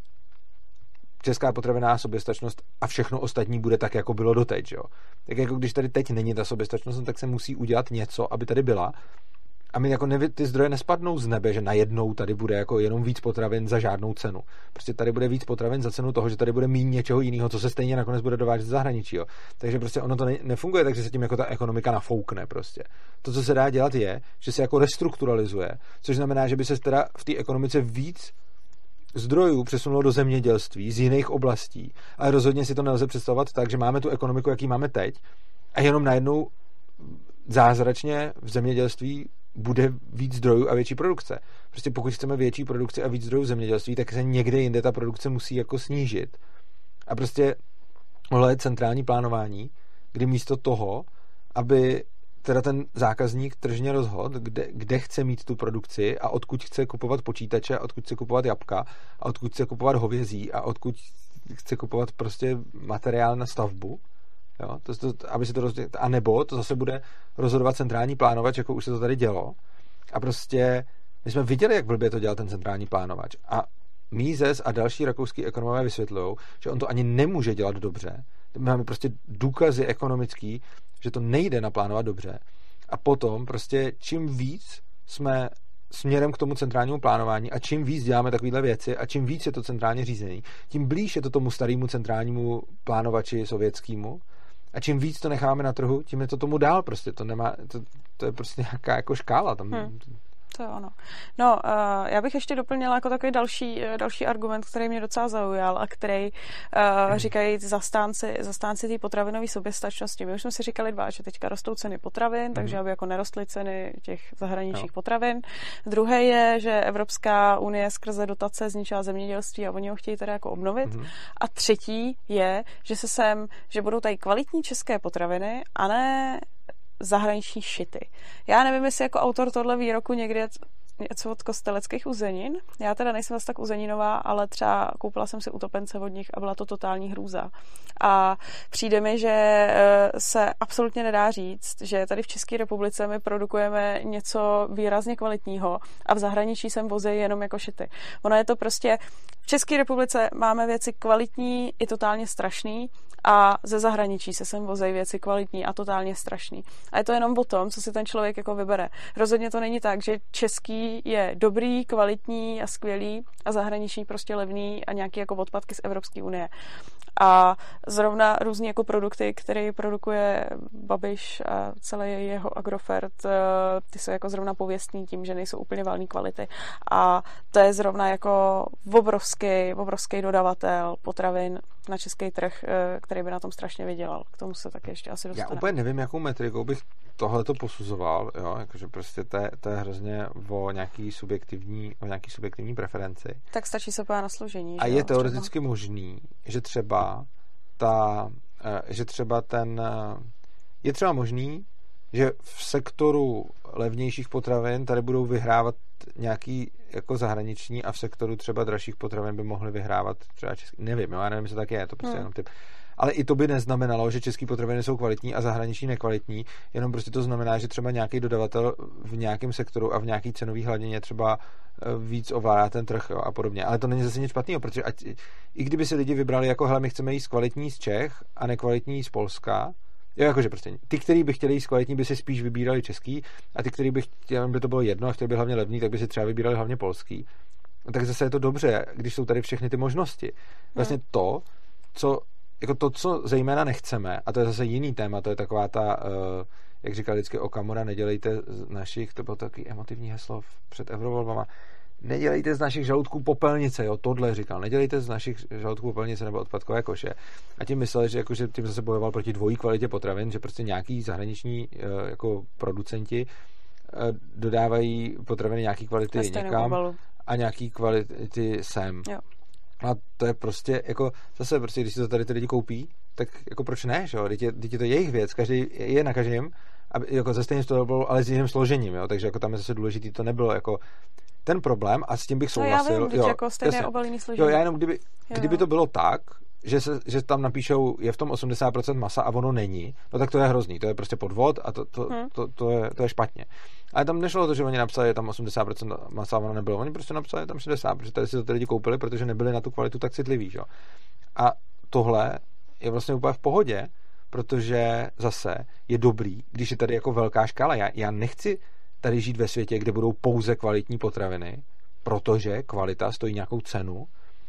česká potravinová soběstačnost a všechno ostatní bude tak, jako bylo doteď. Že? Tak jako když tady teď není ta soběstačnost, tak se musí udělat něco, aby tady byla. A my jako nevy, ty zdroje nespadnou z nebe, že najednou tady bude jako jenom víc potravin za žádnou cenu. Prostě tady bude víc potravin za cenu toho, že tady bude méně něčeho jiného, co se stejně nakonec bude dovážet z zahraničí. Jo. Takže prostě ono to ne, nefunguje, takže se tím jako ta ekonomika nafoukne prostě. To, co se dá dělat, je, že se jako restrukturalizuje, což znamená, že by se teda v té ekonomice víc zdrojů přesunulo do zemědělství z jiných oblastí, ale rozhodně si to nelze představovat tak, že máme tu ekonomiku, jaký máme teď, a jenom najednou zázračně v zemědělství bude víc zdrojů a větší produkce. Prostě pokud chceme větší produkci a víc zdrojů v zemědělství, tak se někde jinde ta produkce musí jako snížit. A prostě tohle je centrální plánování, kdy místo toho, aby teda ten zákazník tržně rozhodl, kde, kde chce mít tu produkci a odkud chce kupovat počítače, odkud chce kupovat jabka a odkud chce kupovat hovězí a odkud chce kupovat prostě materiál na stavbu, jo, to, to, aby se to rozdělilo. A nebo to zase bude rozhodovat centrální plánovač, jako už se to tady dělo. A prostě my jsme viděli, jak blbě to dělal ten centrální plánovač. A Mises a další rakouský ekonomové vysvětlují, že on to ani nemůže dělat dobře. Máme prostě důkazy ekonomický, že to nejde naplánovat dobře. A potom prostě čím víc jsme směrem k tomu centrálnímu plánování a čím víc děláme takovéhle věci a čím víc je to centrálně řízený, tím blíž je to tomu starému centrálnímu plánovači sovětskému. A čím víc to necháme na trhu, tím je to tomu dál prostě. To nemá, to, to je prostě nějaká jako škála tam. Hmm. To je ono. No, uh, já bych ještě doplnila jako takový další, další argument, který mě docela zaujal a který uh, říkají zastánci, zastánci té potravinové soběstačnosti. My už jsme si říkali dva, že teďka rostou ceny potravin, mm. takže aby jako nerostly ceny těch zahraničních no. potravin. Druhé je, že Evropská unie skrze dotace zničila zemědělství a oni ho chtějí teda jako obnovit. Mm. A třetí je, že se sem, že budou tady kvalitní české potraviny a ne zahraniční šity. Já nevím, jestli jako autor tohle výroku někdy něco od Kosteleckých uzenin. Já teda nejsem zase tak uzeninová, ale třeba koupila jsem si utopence od nich a byla to totální hrůza. A přijde mi, že se absolutně nedá říct, že tady v České republice my produkujeme něco výrazně kvalitního a v zahraničí sem vozejí jenom jako šity. Ono je to prostě, v České republice máme věci kvalitní i totálně strašný a ze zahraničí se sem vozejí věci kvalitní a totálně strašný. A je to jenom o tom, co si ten člověk jako vybere. Rozhodně to není tak, že český zboží je dobrý, kvalitní a skvělý a zahraniční prostě levný a nějaký jako odpadky z Evropské unie. A zrovna různý jako produkty, které produkuje Babiš a celý jeho Agrofert, ty jsou jako zrovna pověstný tím, že nejsou úplně valné kvality. A to je zrovna jako obrovský, obrovský dodavatel potravin na český trh, který by na tom strašně vydělal. K tomu se taky ještě asi dostane. Já úplně nevím, jakou metrikou bych tohleto posuzoval, jo, jakože prostě to je, to je hrozně o nějaký subjektivní, o nějaký subjektivní preferenci. Tak stačí se podívat na složení. A že je jo, teoreticky třeba možný, že třeba ta, že třeba ten, je třeba možný, že v sektoru levnějších potravin tady budou vyhrávat nějaký jako zahraniční a v sektoru třeba dražších potravin by mohly vyhrávat třeba český. Nevím, jo, já nevím, jestli tak je, to prostě hmm. jenom typ. Ale i to by neznamenalo, že český potraviny jsou kvalitní a zahraniční nekvalitní, jenom prostě to znamená, že třeba nějaký dodavatel v nějakém sektoru a v nějaký cenové hladině třeba víc ovládá ten trh, jo, a podobně. Ale to není zase nic špatného, protože ať, i kdyby si lidi vybrali jako, hele, my chceme jíst kvalitní z Čech a nekvalitní z Polska, jo, jakože prostě ty, kteří by chtěli jíst kvalitní, by si spíš vybírali český a ty, kteří by chtěli, by to bylo jedno a chtěli by hlavně levný, tak by si třeba vybírali hlavně polský. Tak zase je to dobře, když jsou tady všechny ty možnosti. Vlastně hmm. to, co jako to, co zejména nechceme, a to je zase jiný téma, to je taková ta, uh, jak říkal vždycky Okamura, nedělejte z našich, to bylo takový emotivní heslo před eurovolbama, nedělejte z našich žaludků popelnice, jo, tohle říkal, nedělejte z našich žaludků popelnice nebo odpadkové koše. A tím myslel, že, jako, že tím zase bojoval proti dvojí kvalitě potravin, že prostě nějaký zahraniční uh, jako producenti uh, dodávají potraviny nějaký kvality někam obalu. A nějaký kvality sem. Jo. A to je prostě, jako, zase prostě, když si to tady ty lidi koupí, tak jako proč ne, že jo, teď je, teď je to jejich věc, každý je na každém, aby, jako ze stejným stolou, ale s jiným složením, jo, takže jako tam je zase důležitý, to nebylo jako ten problém a s tím bych souhlasil. No já vím, jo, jako stejné obalení složení. Jo, já jenom, kdyby, jo. kdyby to bylo tak, že, se, že tam napíšou, je v tom osmdesát procent masa a ono není, no tak to je hrozný, to je prostě podvod a to, to, hmm. to, to, je, to je špatně. Ale tam nešlo to, že oni napsali, je tam osmdesát procent masa a ono nebylo, oni prostě napsali, je tam šedesát procent, protože tady si to ty lidi koupili, protože nebyli na tu kvalitu tak citliví, že? A tohle je vlastně úplně v pohodě, protože zase je dobrý, když je tady jako velká škála. Já, já nechci tady žít ve světě, kde budou pouze kvalitní potraviny, protože kvalita stojí nějakou cenu.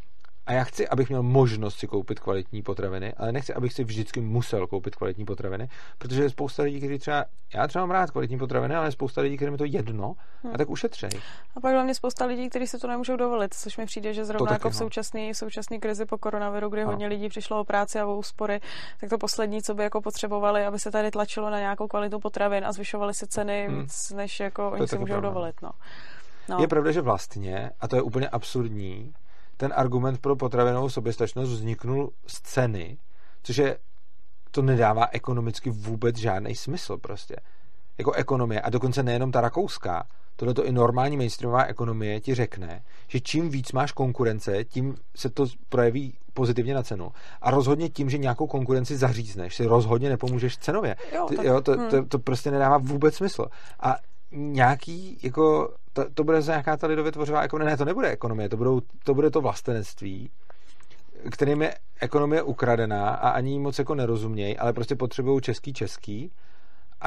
A já chci, abych měl možnost si koupit kvalitní potraviny, ale nechci, abych si vždycky musel koupit kvalitní potraviny, protože je spousta lidí, kteří třeba, já třeba mám rád kvalitní potraviny, ale je spousta lidí, kterým je to jedno, hmm. a tak ušetřej. A pak hlavně spousta lidí, kteří se to nemůžou dovolit, což mi přijde, že zrovna jako v současné současný krizi po koronaviru, kdy no. hodně lidí přišlo o práci a o úspory, tak to poslední, co by jako potřebovali, aby se tady tlačilo na nějakou kvalitu potravin a zvyšovaly se ceny hmm. víc, než jako oni si můžou pravda. dovolit. No. No. Je pravda, že vlastně, a to je úplně absurdní, ten argument pro potravinovou soběstačnost vzniknul z ceny, což je, to nedává ekonomicky vůbec žádný smysl prostě. Jako ekonomie, a dokonce nejenom ta rakouská, tohleto i normální mainstreamová ekonomie ti řekne, že čím víc máš konkurence, tím se to projeví pozitivně na cenu. A rozhodně tím, že nějakou konkurenci zařízneš, si rozhodně nepomůžeš cenově. Jo, tak, jo, to, hmm. to, to prostě nedává vůbec smysl. A nějaký, jako, to, to bude za nějaká ta lidově tvořivá ekonomie, ne, to nebude ekonomie, to, budou, to bude to vlastenectví, kterým je ekonomie ukradená a ani jí moc jako nerozumějí, ale prostě potřebují český český a,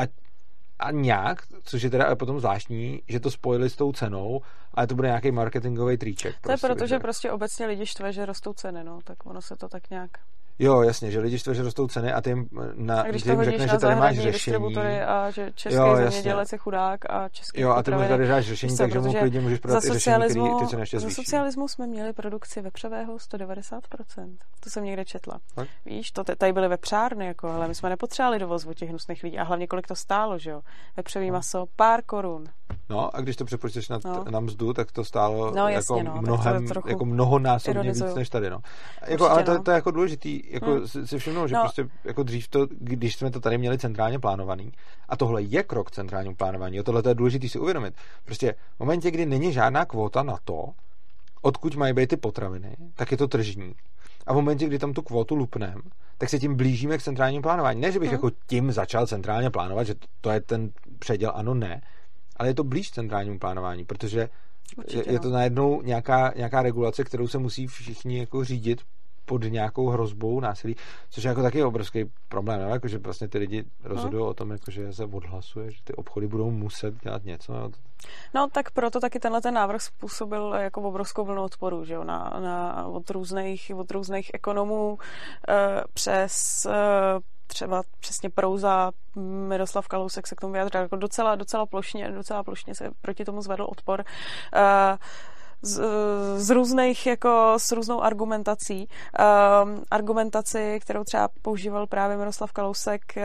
a nějak, což je teda potom zvláštní, že to spojili s tou cenou, ale to bude nějaký marketingový triček. To prostě, je proto, že prostě obecně lidi štve, že rostou ceny, no, tak ono se to tak nějak... Jo, jasně, že lidi štve, že rostou ceny a ty jim, na, a když ty jim řekne, že tady máš řešení. A že český jo, zemědělec je chudák a český jo, a ty mu tady dáš řešení, takže mu klidně můžeš prodat i řešení, který ty ceny ještě zvýší. Za socialismu jsme měli produkci vepřového sto devadesát procent. To jsem někde četla. Tak? Víš, to tady byly vepřárny, jako, ale my jsme nepotřebovali dovoz od těch hnusných lidí. A hlavně kolik to stálo, že jo? Vepřový no. maso, pár korun. No a když to přepočteš na, no. na mzdu, tak to stálo no, jasně, jako no, mnohem, jako mnohonásobně víc než tady, no. Jako, Určitě, ale to, no. to je jako důležitý, jako hmm. si všimnout, že no. prostě jako dřív to, když jsme to tady měli centrálně plánovaný, a tohle je krok centrálnímu plánování, tohle to je důležitý si uvědomit. Prostě v momentě, kdy není žádná kvóta na to, odkud mají být ty potraviny, tak je to tržní. A v momentě, kdy tam tu kvótu lupneme, tak se tím blížíme k centrálnímu plánování. Ne, že bych hmm. jako tím začal centrálně plánovat, že to je ten předěl, ano, ne, ale je to blíž centrálnímu plánování, protože Určitě, je, je to najednou nějaká, nějaká regulace, kterou se musí všichni jako řídit pod nějakou hrozbou násilí, což je jako taky obrovský problém, ne? Jako, že vlastně ty lidi rozhodují no. o tom, jako, že se odhlasuje, že ty obchody budou muset dělat něco. No, no tak proto taky tenhle ten návrh způsobil jako obrovskou vlnu odporu, že jo, na, na, od, různých, od různých ekonomů eh, přes eh, třeba přesně Prouza, Miroslav Kalousek se k tomu vyjádřil jako docela, docela plošně, docela plošně se proti tomu zvedl odpor. Uh, Z, z různých, jako s různou argumentací. Um, argumentaci, kterou třeba používal právě Miroslav Kalousek, uh,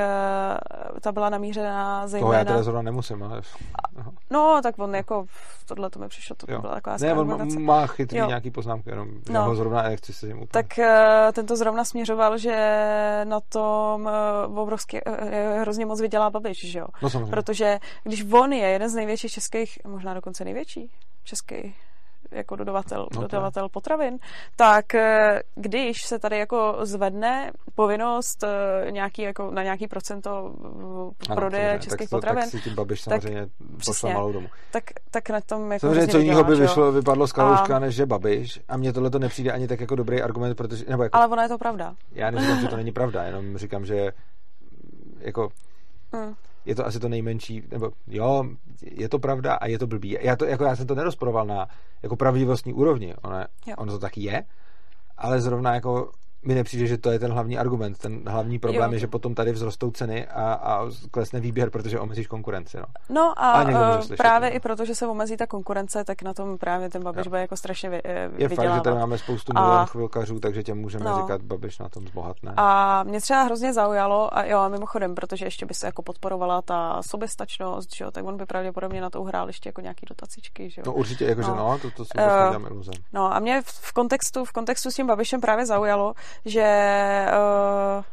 ta byla namířená zejména... Toho já teda zrovna nemusím, ale... No, tak on jako, tohle to mi přišlo, to byla taková ne, argumentace. On má chytrý jo. nějaký poznámky, jenom no. já ho zrovna nechci se jim úplně... Tak uh, tento zrovna směřoval, že na tom uh, obrovský, uh, hrozně moc vydělá Babiš, že jo? No samozřejmě. Protože když on je jeden z největších českých, možná dokonce největší český jako dodavatel, no dodavatel potravin, tak když se tady jako zvedne povinnost nějaký, jako na nějaký procento prodeje ano, českých tak, potravin, tak si tím Babiš samozřejmě pošle malou domů. Tak, tak na tom jako samozřejmě co jiného by vyšlo, vypadlo z Kalouska, a... než že Babiš, a mně tohle to nepřijde ani tak jako dobrý argument, protože... Nebo jako, ale ona je to pravda. Já neříkám, že to není pravda, jenom říkám, že jako... Mm. Je to asi to nejmenší, nebo jo, je to pravda a je to blbý. Já, to, jako já jsem to nerozporoval na jako pravdivostní úrovni, ono, ono to taky je, ale zrovna jako mi nepřijde, že to je ten hlavní argument. Ten hlavní problém jo. je, že potom tady vzrostou ceny a, a klesne výběr, protože omezíš konkurenci. No, no a, a slyšet, právě no. i proto, že se omezí ta konkurence, tak na tom právě ten Babiš bude jako strašně vy, vydělávat. Je fakt, že tady máme spoustu milionů chvilkařů, takže těm můžeme no. říkat, Babiš na tom zbohatne. A mě třeba hrozně zaujalo, a jo, a mimochodem, protože ještě by se jako podporovala ta soběstačnost, že jo, tak on by pravděpodobně na to hrál ještě jako nějaký dotacičky, že jo. No určitě, jakože no, no to, to si vlastně děláme iluzem. No a mě v kontextu, v kontextu s tím Babišem právě zaujalo, že Uh,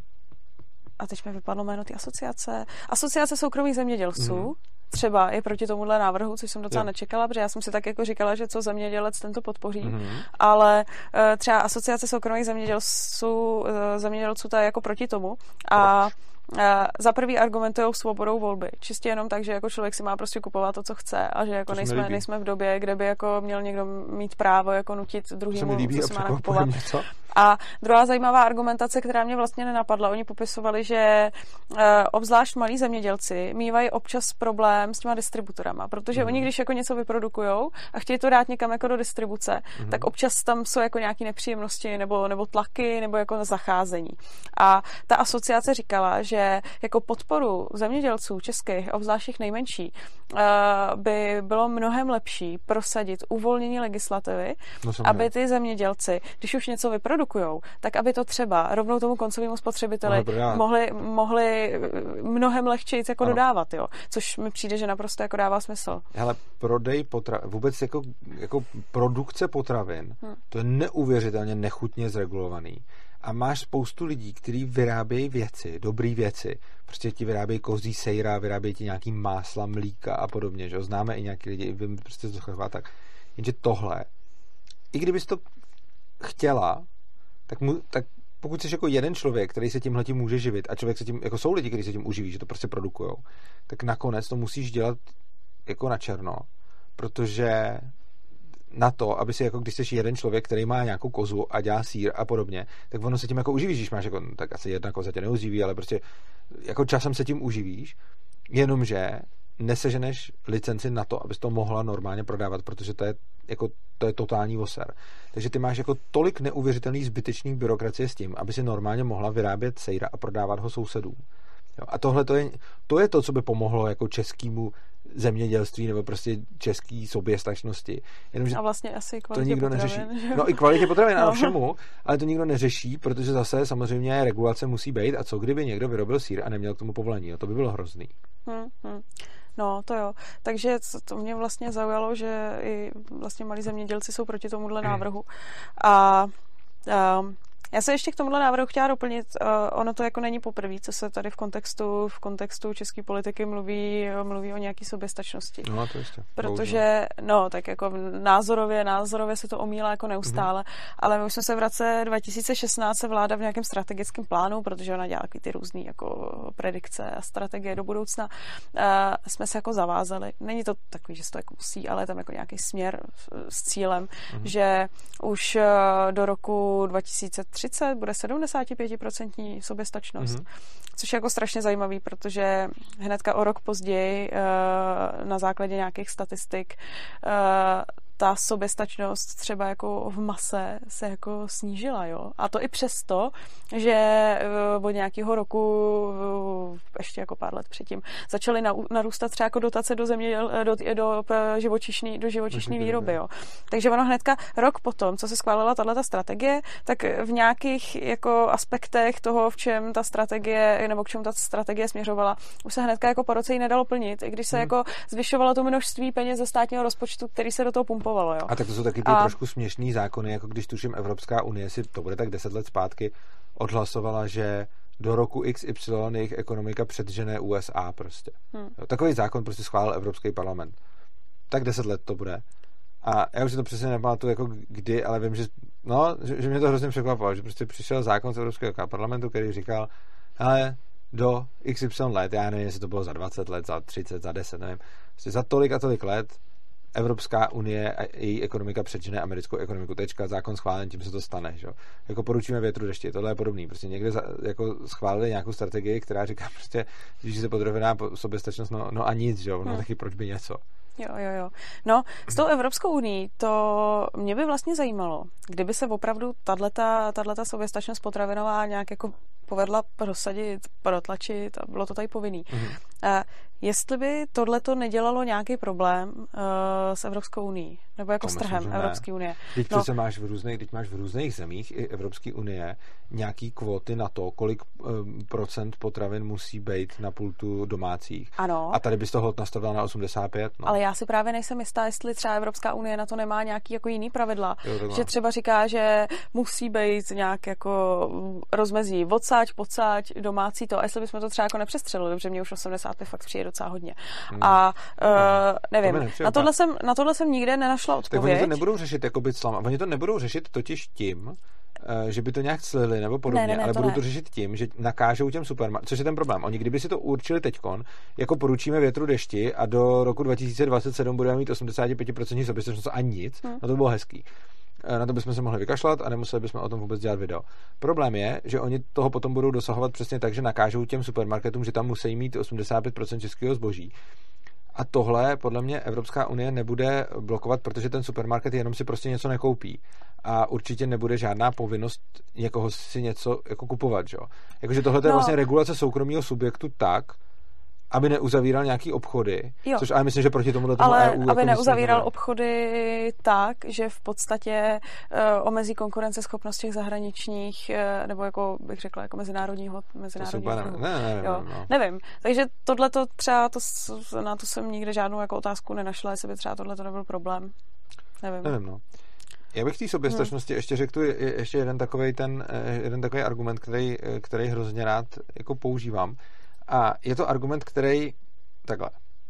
a teď mi vypadlo jméno ty asociace. Asociace soukromých zemědělců mm. třeba je proti tomuhle návrhu, což jsem docela jo. nečekala, protože já jsem si tak jako říkala, že co zemědělec tento podpoří, mm. ale uh, třeba asociace soukromých zemědělců, uh, zemědělců ta je jako proti tomu a za prvý argumentují svobodou volby. Čistě jenom tak, že jako člověk si má prostě kupovat to, co chce a že jako nejsme, nejsme v době, kde by jako měl někdo mít právo jako nutit druhýmu, co si má nakupovat. A druhá zajímavá argumentace, která mě vlastně nenapadla, oni popisovali, že uh, obzvlášť malí zemědělci mívají občas problém s těma distributorama, protože mm. oni, když jako něco vyprodukujou a chtějí to dát někam jako do distribuce, mm. tak občas tam jsou jako nějaké nepříjemnosti nebo, nebo tlaky nebo jako zacházení. A ta asociace říkala, že jako podporu zemědělců českých, obzvlášť těch nejmenší, uh, by bylo mnohem lepší prosadit uvolnění legislativy, no, aby ty zemědělci, když už něco vyprodukujou, tak aby to třeba rovnou tomu koncovému spotřebiteli mohli, mohli mnohem lehčeji jako ano. dodávat, jo. Což mi přijde, že naprosto jako dává smysl. Hele, prodej potravin, vůbec jako, jako produkce potravin, hmm. to je neuvěřitelně nechutně zregulovaný. A máš spoustu lidí, kteří vyrábějí věci, dobrý věci. Prostě ti vyrábějí kozí sejra, vyrábějí ti nějaký másla, mlíka a podobně, že jo. Známe i nějaký lidi, vím, prostě to chová tak. Jenže tohle, i kdybys to chtěla, tak, mu, tak pokud jsi jako jeden člověk, který se tímhletím může živit, a člověk se tím, jako jsou lidi, kteří se tím uživí, že to prostě produkujou, tak nakonec to musíš dělat jako na černo, protože na to, aby si jako když jsi jeden člověk, který má nějakou kozu a dělá sýr a podobně, tak ono se tím jako uživíš, když máš jako, tak asi jedna koza tě neuživí, ale prostě jako časem se tím uživíš, jenomže neseženeš licenci na to, abys to mohla normálně prodávat, protože to je jako to je totální voser. Takže ty máš jako tolik neuvěřitelný zbytečný byrokracie s tím, aby si normálně mohla vyrábět sejra a prodávat ho sousedům. Jo, a tohle to je, to je to, co by pomohlo jako českému zemědělství nebo prostě český soběstačnosti. Jenomže a vlastně asi kvalitě to nikdo potravin. Neřeší. No i kvalitě potravin, ano všemu, ale to nikdo neřeší, protože zase samozřejmě regulace musí být a co kdyby někdo vyrobil sýr a neměl k tomu povolení, no, to by bylo hrozný. Hmm, hmm. No, to jo. Takže to mě vlastně zaujalo, že i vlastně malí zemědělci jsou proti tomuhle návrhu. A, a Já se ještě k tomuhle návrhu chtěla doplnit. Uh, ono to jako není poprvé, co se tady v kontextu, v kontextu české politiky mluví, mluví o nějaký soběstačnosti. No, to jistě. Protože, no, tak jako názorově, názorově se to omílá jako neustále, mm-hmm. ale my už jsme se v roce dva tisíce šestnáct se vláda v nějakém strategickém plánu, protože ona dělá ty různý jako predikce a strategie do budoucna, uh, jsme se jako zavázali. Není to takový, že se to jako musí, ale je tam jako nějaký směr s cílem, mm-hmm. že už uh, do roku dva tisíce třicet bude sedmdesát pět procent soběstačnost, mm-hmm. což je jako strašně zajímavý, protože hnedka o rok později uh, na základě nějakých statistik uh, ta soběstačnost třeba jako v mase se jako snížila, jo. A to i přesto, že od nějakého roku, ještě jako pár let předtím, začaly narůstat třeba jako dotace do země, do, do živočišní, do živočišní výroby, jo. Takže ono hnedka rok potom, co se schválila tato strategie, tak v nějakých jako aspektech toho, v čem ta strategie, nebo k čemu ta strategie směřovala, už se hnedka jako po roce jí nedalo plnit, i když se hmm. jako zvyšovalo to množství peněz ze státního rozpočtu, který se do toho pumpoval. Jo. A tak to jsou taky ty a... trošku směšný zákony, jako když tuším Evropská unie si, to bude tak deset let zpátky, odhlasovala, že do roku iks ypsilon jejich ekonomika předžene U S A prostě. Hmm. Jo, takový zákon prostě schválil Evropský parlament. Tak deset let to bude. A já už si to přesně nepamatuju jako kdy, ale vím, že, no, že, že mě to hrozně překvapilo, že prostě přišel zákon z Evropského parlamentu, který říkal, hele, do iks ypsilon let, já nevím, jestli to bylo za dvacet let, za třicet, za deset, nevím, prostě za tolik a tolik let Evropská unie a její ekonomika předžene americkou ekonomiku. Tečka, zákon schválen, tím se to stane. Že? Jako poručíme větru dešti, tohle je podobný. Prostě někde za, jako schválili nějakou strategii, která říká prostě, že se podrobená soběstačnost, no, no a nic, že? No hmm. taky proč by něco. Jo, jo, jo. No, s tou Evropskou unií to mě by vlastně zajímalo, kdyby se opravdu tato soběstačnost potravinová nějak jako povedla prosadit, protlačit a bylo to tady povinný. Mm-hmm. Uh, jestli by tohleto nedělalo nějaký problém uh, s Evropskou unií, nebo jako to s trhem Evropské unie. Teď no. se máš v různých, teď máš v různých zemích i Evropské unie nějaký kvóty na to, kolik um, procent potravin musí být na pultu domácích. Ano. A tady bys toho nastavila na osmdesát pět. No. Ale já si právě nejsem jistá, jestli třeba Evropská unie na to nemá nějaký jako jiný pravidla. Jo, že třeba říká, že musí být nějak jako rozmezí odsáď, podsáď, domácí to. A jestli bychom to třeba jako nepřestřelili, protože mě už osmdesát pět fakt přijde docela hodně. Hmm. A uh, nevím, to na tohle, jsem, na tohle jsem nikde nenašla odpověď. Tak oni to nebudou řešit jako byt slama. Oni to nebudou řešit totiž tím, že by to nějak clili nebo podobně, ne, ne, ne, ale to budou ne. to řešit tím, že nakážou těm supermarketům, což je ten problém. Oni kdyby si to určili teďkon, jako poručíme větru dešti a do roku dva tisíce dvacet sedm budeme mít osmdesát pět procent soběstačnost a nic, hmm. no to by bylo hezký. Na to bychom se mohli vykašlat a nemuseli bychom o tom vůbec dělat video. Problém je, že oni toho potom budou dosahovat přesně tak, že nakážou těm supermarketům, že tam musí mít osmdesát pět procent českého zboží. A tohle podle mě Evropská unie nebude blokovat, protože ten supermarket jenom si prostě něco nekoupí. A určitě nebude žádná povinnost někoho si něco jako kupovat. Že? Jakože tohle je no. vlastně regulace soukromého subjektu tak, aby neuzavíral nějaký obchody, jo. což ale myslím, že proti tomu tomu ale E U... aby jako neuzavíral myslím, obchody tak, že v podstatě uh, omezí konkurenceschopnost těch zahraničních, uh, nebo jako bych řekla, jako mezinárodního mezinárodního trhu. Ne, ne, ne, jo. no. Nevím. Takže tohleto třeba, to, na to jsem nikde žádnou jako otázku nenašla, jestli by třeba tohleto nebyl problém. Nevím. Nevím, no. Já bych v té soběstačnosti hmm. ještě řekl tu ještě jeden takovej ten, jeden takový argument, který, který hrozně rád jako používám. A je to argument, který takhle.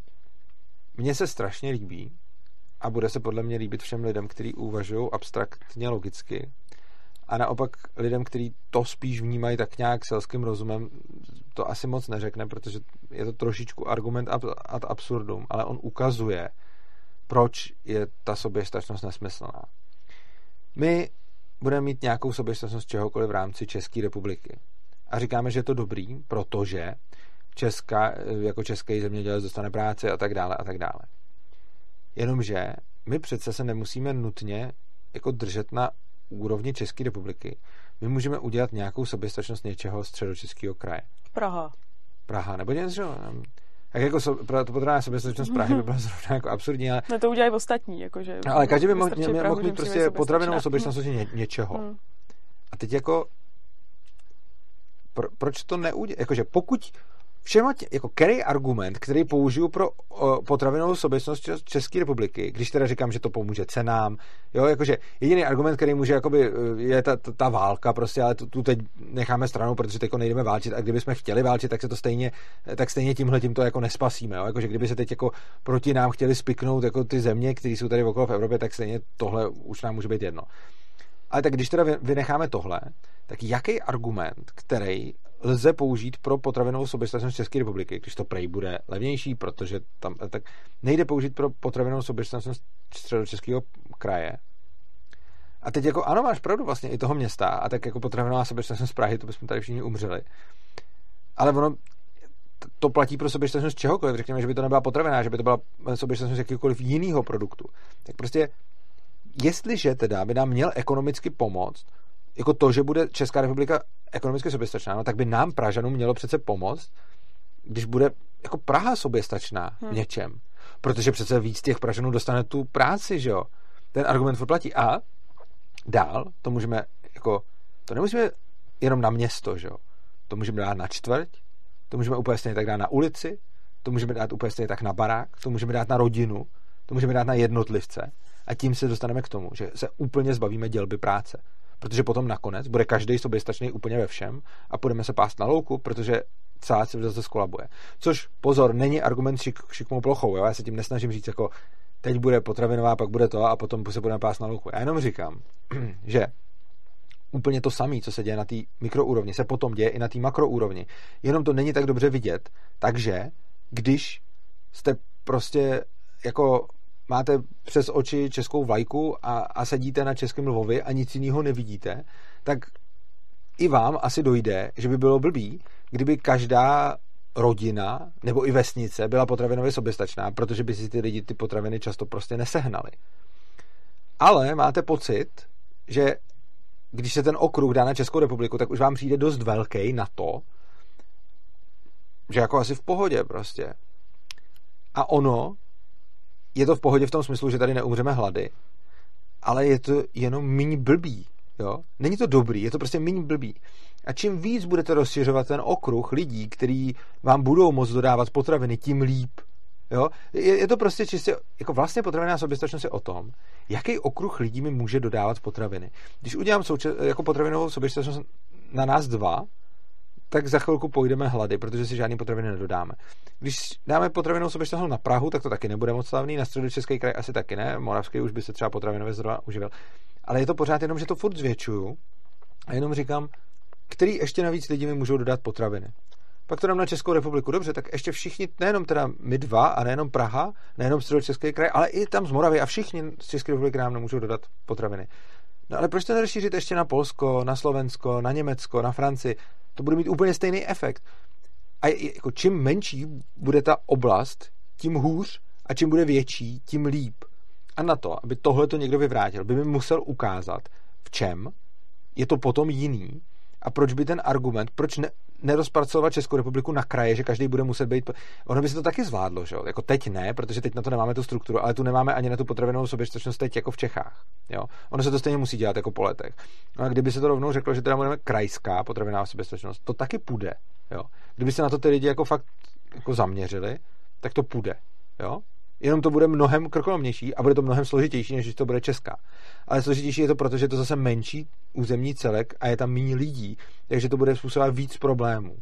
Mně se strašně líbí a bude se podle mě líbit všem lidem, kteří uvažují abstraktně logicky a naopak lidem, kteří to spíš vnímají tak nějak selským rozumem, to asi moc neřekne, protože je to trošičku argument ad absurdum, ale on ukazuje, proč je ta soběstačnost nesmyslná. My budeme mít nějakou soběstačnost čehokoliv v rámci České republiky. A říkáme, že je to dobrý, protože Česka, jako český zemědělec dostane práci a tak dále a tak dále. Jenomže my přece se nemusíme nutně jako držet na úrovni České republiky. My můžeme udělat nějakou soběstačnost něčeho středočeského kraje. Praha. Praha, nebo něco. Tak jako so, to potřebná soběstačnost Prahy by byla zrovna jako absurdní, ale... No to udělají ostatní, jakože... No, ale každý by mohl, mohl mít prostě potravinovou soběstačnost ně, něčeho. Hmm. A teď jako... Pro, proč to neudělat? Jakože pokud všema tě, jako který argument, který použiju pro o, potravinovou soběstačnost České republiky, když teda říkám, že to pomůže cenám, jo, jakože jediný argument, který může, jakoby, je ta, ta, ta válka prostě, ale tu, tu teď necháme stranou, protože teď nejdeme válčit a kdybychom chtěli válčit, tak se to stejně, tak stejně tímhle tím to jako nespasíme, jo, jakože kdyby se teď jako proti nám chtěli spiknout jako ty země, které jsou tady okolo v Evropě, tak stejně tohle už nám může být jedno. Ale tak když teda vynecháme tohle, tak jaký argument, který lze použít pro potravinovou soběstačnost České republiky, když to prej bude levnější, protože tam tak nejde použít pro potravinovou soběstačnost Středočeského kraje. A teď jako ano, máš pravdu vlastně i toho města, a tak jako potravinová soběstačnost Prahy, to bychom tady všichni umřeli. Ale ono to platí pro soběstačnost čehokoliv, řekněme, že by to nebyla potravina, že by to byla soběstačnost jakýkoliv jiného produktu. Tak prostě jestliže teda by nám měl ekonomicky pomoct, jako to, že bude Česká republika ekonomicky soběstačná, no, tak by nám Pražanům mělo přece pomoct, když bude jako Praha soběstačná v hmm. něčem. Protože přece víc těch Pražanů dostane tu práci, že jo. Ten argument furt platí. A dál to můžeme jako, to nemusíme jenom na město, že jo. To můžeme dát na čtvrť, to můžeme úplně stejně tak dát na ulici, to můžeme dát úplně stejně tak na barák, to můžeme dát na rodinu, to můžeme dát na jednotlivce. A tím se dostaneme k tomu, že se úplně zbavíme dělby práce. Protože potom nakonec bude každý soběstačný úplně ve všem a půjdeme se pást na louku, protože celá civilizace skolabuje. Což, pozor, není argument šik, šikmou plochou. Jo? Já se tím nesnažím říct, jako teď bude potravinová, pak bude to a potom se budeme pást na louku. Já jenom říkám, že úplně to samé, co se děje na té mikroúrovni, se potom děje i na té makroúrovni. Jenom to není tak dobře vidět. Takže, když jste prostě jako máte přes oči českou vlajku a, a sedíte na českém Lvovi a nic jiného nevidíte, tak i vám asi dojde, že by bylo blbý, kdyby každá rodina nebo i vesnice byla potravinově soběstačná, protože by si ty lidi ty potraviny často prostě nesehnali. Ale máte pocit, že když se ten okruh dá na Českou republiku, tak už vám přijde dost velký na to, že jako asi v pohodě prostě. A ono je to v pohodě v tom smyslu, že tady neumřeme hlady, ale je to jenom míň blbý. Jo? Není to dobrý, je to prostě míň blbý. A čím víc budete rozšiřovat ten okruh lidí, kteří vám budou moct dodávat potraviny, tím líp. Jo? Je, je to prostě čistě, jako vlastně potravinová soběstačnost je o tom, jaký okruh lidí mi může dodávat potraviny. Když udělám souča- jako potravinovou soběstačnost na nás dva, tak za chvilku pojdeme hlady, protože si žádný potraviny nedodáme. Když dáme potravinovou soběstačnost na Prahu, tak to taky nebude moc slavný, na Středočeský kraj asi taky ne, Moravský už by se třeba potravinově zrovna uživil. Ale je to pořád jenom, že to furt zvětšuju a jenom říkám, který ještě navíc lidi mi můžou dodat potraviny. Pak to dám na Českou republiku, dobře, tak ještě všichni, nejenom teda my dva a nejenom Praha, nejenom Středočeský kraj, ale i tam z Moravy a všichni z České republiky nám nemůžou dodat potraviny. No ale proč to nerozšířit ještě na Polsko, na Slovensko, na Německo, na Francii? To bude mít úplně stejný efekt. A jako čím menší bude ta oblast, tím hůř a čím bude větší, tím líp. A na to, aby tohle to někdo vyvrátil, by mi musel ukázat, v čem je to potom jiný a proč by ten argument, proč ne, nerozpracovat Českou republiku na kraje, že každý bude muset být... Ono by se to taky zvládlo, že jo? Jako teď ne, protože teď na to nemáme tu strukturu, ale tu nemáme ani na tu potravinovou soběstačnost teď jako v Čechách. Jo? Ono se to stejně musí dělat jako po letech. No a kdyby se to rovnou řeklo, že teda budeme krajská potravinová soběstačnost, to taky půjde. Jo? Kdyby se na to ty lidi jako fakt jako zaměřili, tak to půjde. Jo? Jenom to bude mnohem krkolomnější a bude to mnohem složitější, než když to bude česká. Ale složitější je to, protože je to zase menší územní celek a je tam méně lidí, takže to bude způsobovat víc problémů.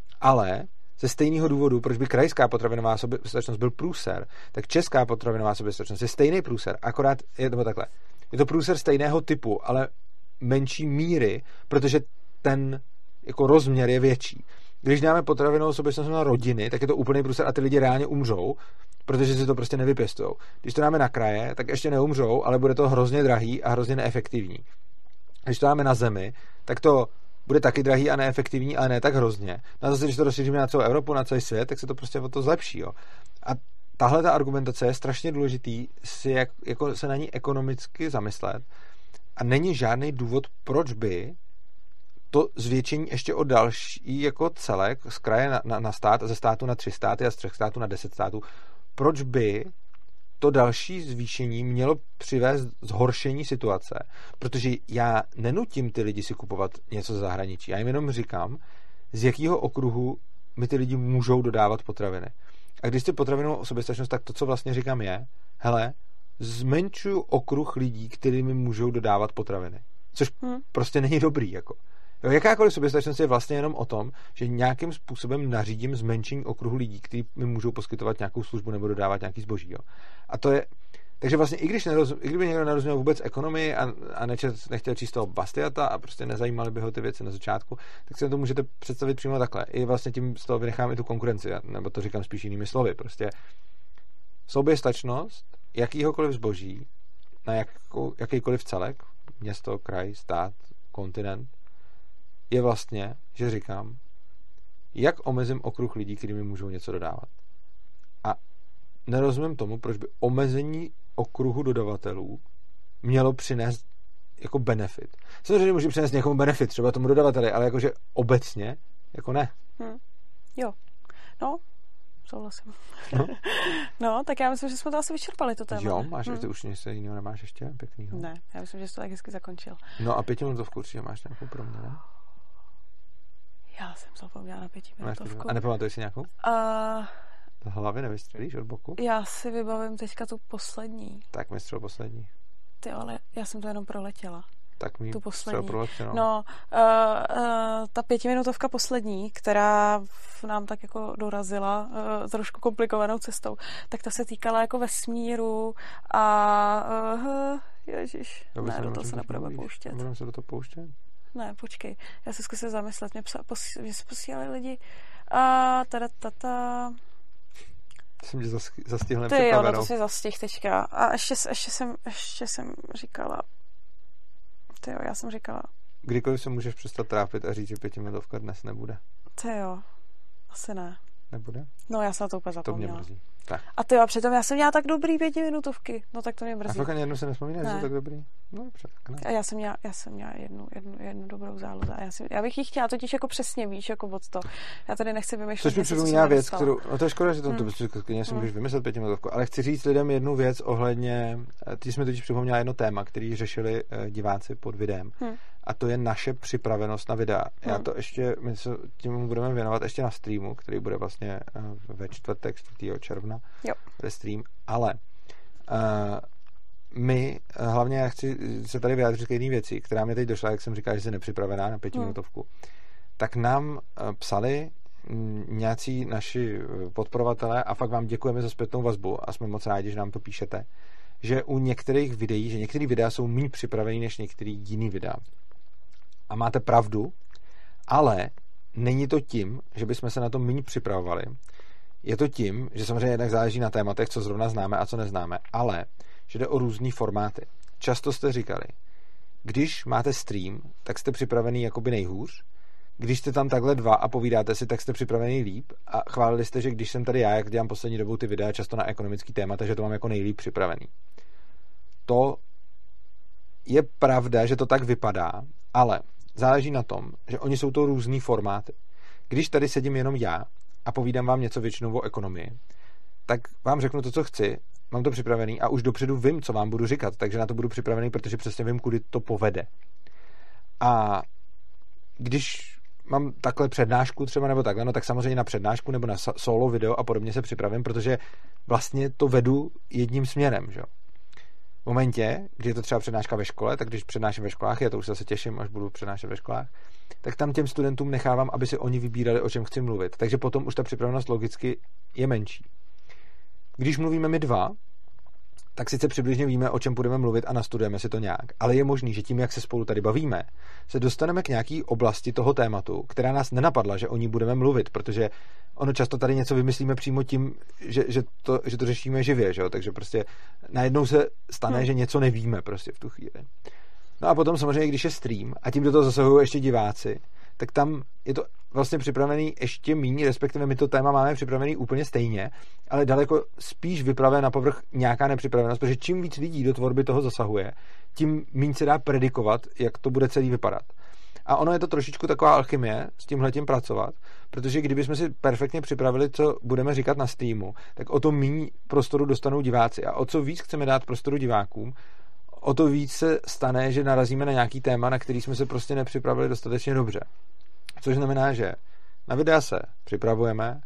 Ale ze stejného důvodu, proč by krajská potravinová soběstačnost byl průser, tak česká potravinová soběstačnost je stejný průser, akorát je to takhle. Je to průser stejného typu, ale menší míry, protože ten jako rozměr je větší. Když dáme potravinovou soběstačnost na rodiny, tak je to úplný průser a ty lidi reálně umřou, protože si to prostě nevypěstujou. Když to dáme na kraje, tak ještě neumřou, ale bude to hrozně drahý a hrozně neefektivní. Když to dáme na zemi, tak to bude taky drahý a neefektivní, ale ne tak hrozně. No a zase, když to rozšíříme na celou Evropu, na celý svět, tak se to prostě o to zlepší. Jo. A tahle ta argumentace je strašně důležitý si jak, jako se na ní ekonomicky zamyslet a není žádný důvod, proč by to zvětšení ještě o další jako celek z kraje na, na, na stát, ze státu na tři státy a z třech států na deset států, proč by to další zvýšení mělo přivést zhoršení situace, protože já nenutím ty lidi si kupovat něco ze zahraničí, já jim jenom říkám, z jakého okruhu mi ty lidi můžou dodávat potraviny. A když si potravinovou soběstačnost, tak to, co vlastně říkám, je, hele, zmenšuju okruh lidí, kteří mi můžou dodávat potraviny. Což hmm. prostě není dobrý, jako. Jo, jakákoliv soběstačnost je vlastně jenom o tom, že nějakým způsobem nařídím zmenšení okruhu lidí, kteří mi můžou poskytovat nějakou službu nebo dodávat nějaký zboží. Jo. A to je, takže vlastně i když nerozum, i kdyby někdo nerozuměl vůbec ekonomii a, a nečet, nechtěl číst toho Bastiata a prostě nezajímaly by ho ty věci na začátku, tak si to můžete představit přímo takhle. I vlastně tím z toho vynechám i tu konkurenci, nebo to říkám spíš jinými slovy. Prostě soběstačnost jakýhokoliv zboží na jakou, jakýkoliv celek, město, kraj, stát, kontinent, je vlastně, že říkám, jak omezím okruh lidí, kteří mi můžou něco dodávat. A nerozumím tomu, proč by omezení okruhu dodavatelů mělo přinést jako benefit. Samozřejmě může přinést někomu benefit, třeba tomu dodavateli, ale jakože obecně, jako ne. Hmm. Jo. No, souhlasím. No? No, tak já myslím, že jsme to asi vyčerpali, to téma. Jo, máš, hmm. ty už něco jiného nemáš ještě pěknýho? Ne, já myslím, že jsi to tak hezky zakončil. No a pětiminutovku určitě máš nějakou pro mě, ne? Já jsem zapomněla na pětiminutovku. A nepamatuješ si nějakou? Uh, Z hlavy nevystřelíš od boku? Já si vybavím teďka tu poslední. Tak mi střel poslední. Ty, ale já jsem to jenom proletěla. Tak mi tu poslední. Proletěla. No, uh, uh, ta pětiminutovka poslední, která nám tak jako dorazila uh, trošku komplikovanou cestou, tak ta se týkala jako vesmíru a uh, ježiš, ne, do toho se nebudeme pouštět. Budeme se do toho pouštět? Ne, počkej, já se zkusím zamyslet. Mě, psa, pos, mě se posílali lidi a tada tata. Jsem tě zastihl Ty jo, no to si zastih teďka. A ještě, ještě, jsem, ještě jsem říkala, ty jo, já jsem říkala. Kdykoliv se můžeš přestat trápit a říct, že pětiminutovka dnes nebude. Ty jo, asi ne. Nebude? No, já jsem na to úplně zapomněla. To mě mrzí. Tak. A ty jo, přitom já jsem měla tak dobrý pětiminutovky. No tak to mě mrzí. A fakt ani jednu se nespomínáš, že jsou tak dobrý? No dobře, tak ne. A já jsem měla, já jsem měla jednu, jednu, jednu dobrou zálohu. A já, si, já bych ji chtěla totiž jako přesně, víš, jako od to. Já tady nechci vymýšlet. Což mi připomíná věc, kterou, no to je škoda, že to, hmm. to prostě klidně si hmm. můžeš vymyslet pětiminutovku, ale chci říct lidem jednu věc ohledně, ty jsme totiž připomněla jedno téma, který řešili diváci pod videem. Hmm. A to je naše připravenost na videa. Hmm. Já to ještě, my se tím budeme věnovat ještě na streamu, který bude vlastně ve čtvrtek, čtvrtého června. Jo. Ve stream, ale uh, my, hlavně já chci se tady vyjádřit k jedné věci, která mě teď došla, jak jsem říkal, že jsi nepřipravená na pětiminutovku, hmm. tak nám uh, psali nějací naši podporovatelé a fakt vám děkujeme za zpětnou vazbu a jsme moc rádi, že nám to píšete, že u některých videí, že některé videa jsou méně připravený než některé jiný videa. A máte pravdu, ale není to tím, že bychom se na to méně připravovali. Je to tím, že samozřejmě jednak záleží na tématech, co zrovna známe a co neznáme, ale že jde o různý formáty. Často jste říkali, když máte stream, tak jste připravený jakoby nejhůř, když jste tam takhle dva a povídáte si, tak jste připravený líp a chválili jste, že když jsem tady já, jak dělám poslední dobou ty videa často na ekonomický témata, že to mám jako nejlíp připravený. To je pravda, že to tak vypadá, ale záleží na tom, že oni jsou to různý formáty. Když tady sedím jenom já a povídám vám něco většinou o ekonomii, tak vám řeknu to, co chci, mám to připravený a už dopředu vím, co vám budu říkat, takže na to budu připravený, protože přesně vím, kudy to povede. A když mám takhle přednášku třeba nebo takhle, no tak samozřejmě na přednášku nebo na solo video a podobně se připravím, protože vlastně to vedu jedním směrem, že jo. V momentě, kdy je to třeba přednáška ve škole, tak když přednáším ve školách, já to už se těším, až budu přednášet ve školách, tak tam těm studentům nechávám, aby si oni vybírali, o čem chci mluvit. Takže potom už ta připravenost logicky je menší. Když mluvíme my dva, tak sice přibližně víme, o čem budeme mluvit a nastudujeme si to nějak, ale je možný, že tím, jak se spolu tady bavíme, se dostaneme k nějaký oblasti toho tématu, která nás nenapadla, že o ní budeme mluvit, protože ono často tady něco vymyslíme přímo tím, že, že, to, že to řešíme živě, že jo? Takže prostě najednou se stane, hmm. že něco nevíme prostě v tu chvíli. No a potom samozřejmě, když je stream a tím do toho zasahují ještě diváci, tak tam je to vlastně připravený ještě míň, respektive my to téma máme připravený úplně stejně, ale daleko spíš vyplave na povrch nějaká nepřipravenost, protože čím víc lidí do tvorby toho zasahuje, tím míň se dá predikovat, jak to bude celý vypadat. A ono je to trošičku taková alchymie s tímhletím pracovat, protože kdybychom si perfektně připravili, co budeme říkat na streamu, tak o to míň prostoru dostanou diváci. A o co víc chceme dát prostoru divákům, o to víc se stane, že narazíme na nějaký téma, na který jsme se prostě nepřipravili dostatečně dobře. Což znamená, že Na videa se připravujeme,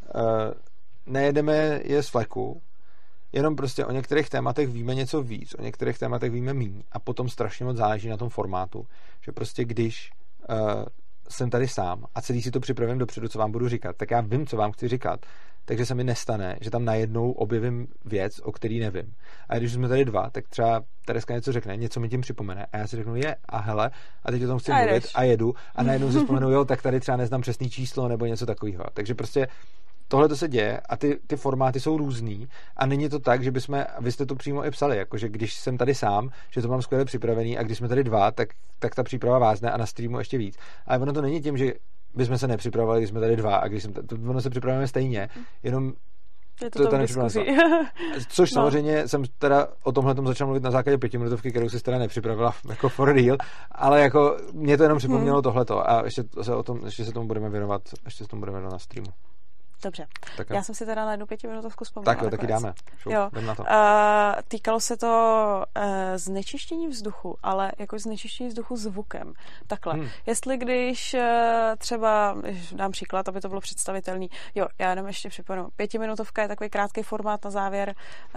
nejedeme je z fleku, jenom prostě o některých tématech víme něco víc, o některých tématech víme míň a potom strašně moc záleží na tom formátu, že prostě když uh, jsem tady sám a celý si to připravím dopředu, co vám budu říkat, tak já vím, co vám chci říkat, takže se mi nestane, že tam najednou objevím věc, o který nevím. A když jsme tady dva, tak třeba Tereska něco řekne, něco mi tím připomene a já si řeknu, je a hele, a teď o tom chci a mluvit a jedu a najednou si vzpomenu, jo, tak tady třeba neznám přesný číslo nebo něco takového. Takže prostě tohle to se děje a ty, ty formáty jsou různý a není to tak, že bychom, vy jste to přímo i psali, jakože když jsem tady sám, že to mám skvěle připravený a když jsme tady dva, tak, tak ta příprava vázne a na streamu ještě víc. Ale ono to není tím, že bychom se nepřipravovali, když jsme tady dva a když jsem, to, ono se připravujeme stejně, jenom je to, to tam diskuzí. Což no. Samozřejmě jsem teda o tomhle tom začal mluvit na základě pětiminutovky, kterou si teda nepřipravila jako for real, ale jako mě to jenom připomnělo hmm. tohleto a ještě se, o tom, ještě se tomu budeme věnovat, ještě se tomu budeme věnovat na streamu. Dobře. Tak já jsem si teda na jednu pětiminutovku vzpomněla. Tak jo, taky dáme. Šou, jo. Jdem na to. Uh, týkalo se to uh, znečištění vzduchu, ale jako znečištění vzduchu zvukem. Takhle. Hmm. Jestli když uh, třeba, dám příklad, aby to bylo představitelný, jo, já jenom ještě připomenu, pětiminutovka je takový krátký formát na závěr.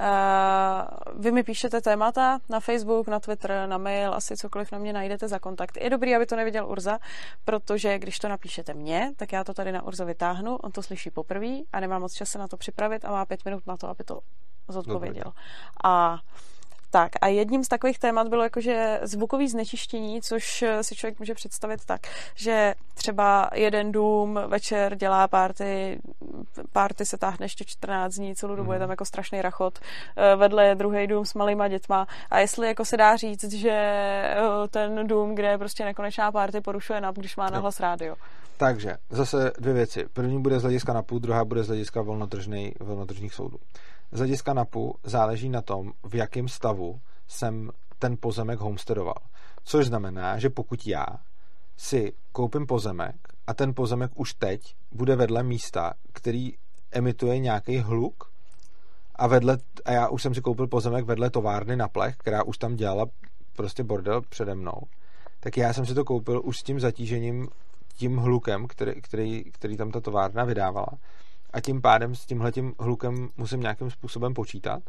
Uh, vy mi píšete témata na Facebook, na Twitter, na mail, asi cokoliv na mě najdete za kontakt. Je dobrý, aby to neviděl Urza, protože když to napíšete mně, tak já to tady na Urza vytáhnu, on to slyší poprvé a nemá moc času na to připravit a má pět minut na to, aby to zodpověděl. A tak a jedním z takových témat bylo jakože zvukový znečištění, což si člověk může představit tak, že třeba jeden dům večer dělá party, party se táhne ještě čtrnáct dní, celou dobu je tam jako strašný rachot, vedle je druhý dům s malýma dětma a jestli jako se dá říct, že ten dům, kde je prostě nekonečná party, porušuje nap, když má nahlas rádio. Takže zase dvě věci. První bude z hlediska NAPu, druhá bude z hlediska volnotržních soudů. Z hlediska NAPu záleží na tom, v jakém stavu jsem ten pozemek homesteadoval. Což znamená, že pokud já si koupím pozemek a ten pozemek už teď bude vedle místa, který emituje nějaký hluk a, vedle, a já už jsem si koupil pozemek vedle továrny na plech, která už tam dělala prostě bordel přede mnou, tak já jsem si to koupil už s tím zatížením, tím hlukem, který, který, který tam ta továrna vydávala. A tím pádem s tímhletím hlukem musím nějakým způsobem počítat.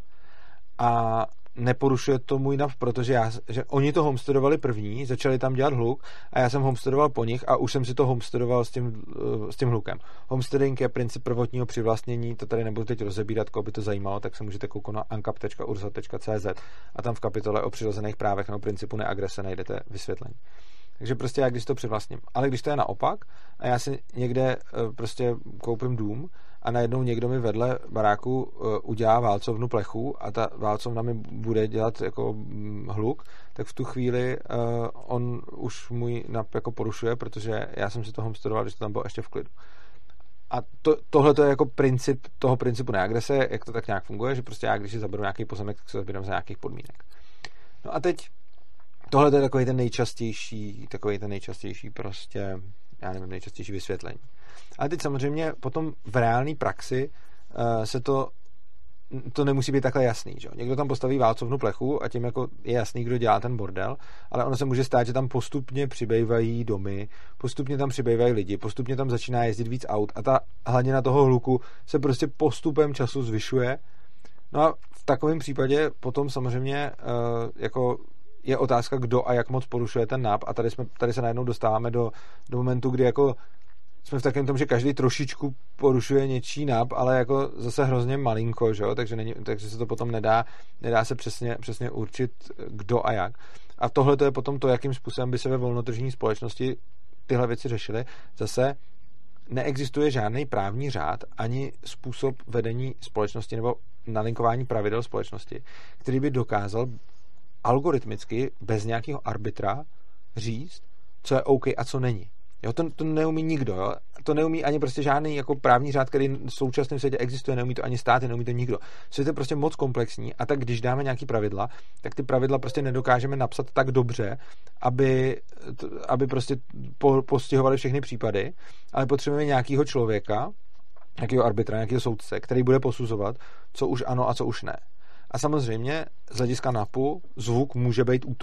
A neporušuje to můj nav, protože já, že oni to homesteadovali první, začali tam dělat hluk a já jsem homesteadoval po nich a už jsem si to homesteadoval s tím, s tím hlukem. Homesteading je princip prvotního přivlastnění, to tady nebudu teď rozebírat, koho by to zajímalo, tak se můžete kouknout na ankap tečka urza tečka cé zet a tam v kapitole o přirozených právech nebo principu neagrese najdete vysvětlení. Takže prostě já když to přivlastním. Ale když to je naopak a já si někde prostě koupím dům a najednou někdo mi vedle baráku udělá válcovnu plechů a ta válcovna mi bude dělat jako hluk, tak v tu chvíli on už můj nap jako porušuje, protože já jsem si to homesteadoval, když to tam bylo ještě v klidu. A to, tohle to je jako princip toho principu neagrese, jak to tak nějak funguje, že prostě já když si zaberu nějaký pozemek, tak se zabírám za nějakých podmínek. No a teď tohle je takový ten nejčastější, takový ten nejčastější prostě, já nevím, nejčastější vysvětlení. Ale teď samozřejmě potom v reálné praxi uh, se to, to nemusí být takhle jasný, že? Někdo tam postaví válcovnu plechu a tím jako je jasný, kdo dělá ten bordel, ale ono se může stát, že tam postupně přibývají domy, postupně tam přibývají lidi, postupně tam začíná jezdit víc aut a ta hladina toho hluku se prostě postupem času zvyšuje. No a v takovém případě potom samozřejmě uh, jako je otázka, kdo a jak moc porušuje ten nap a tady, jsme, tady se najednou dostáváme do, do momentu, kdy jako jsme v takovém tom, že každý trošičku porušuje něčí nap, ale jako zase hrozně malinko, že? Takže, není, takže se to potom nedá, nedá se přesně, přesně určit, kdo a jak. A tohle to je potom to, jakým způsobem by se ve volnotržní společnosti tyhle věci řešily. Zase neexistuje žádný právní řád ani způsob vedení společnosti nebo nalinkování pravidel společnosti, který by dokázal algoritmicky, bez nějakého arbitra říct, co je OK a co není. Jo, to, to neumí nikdo. Jo? To neumí ani prostě žádný jako právní řád, který v současném světě existuje, neumí to ani státy, neumí to nikdo. Svět je prostě moc komplexní a tak když dáme nějaký pravidla, tak ty pravidla prostě nedokážeme napsat tak dobře, aby, aby prostě po, postihovali všechny případy, ale potřebujeme nějakého člověka, nějakého arbitra, nějakého soudce, který bude posuzovat, co už ano a co už ne. A samozřejmě z hlediska napu zvuk může být útok,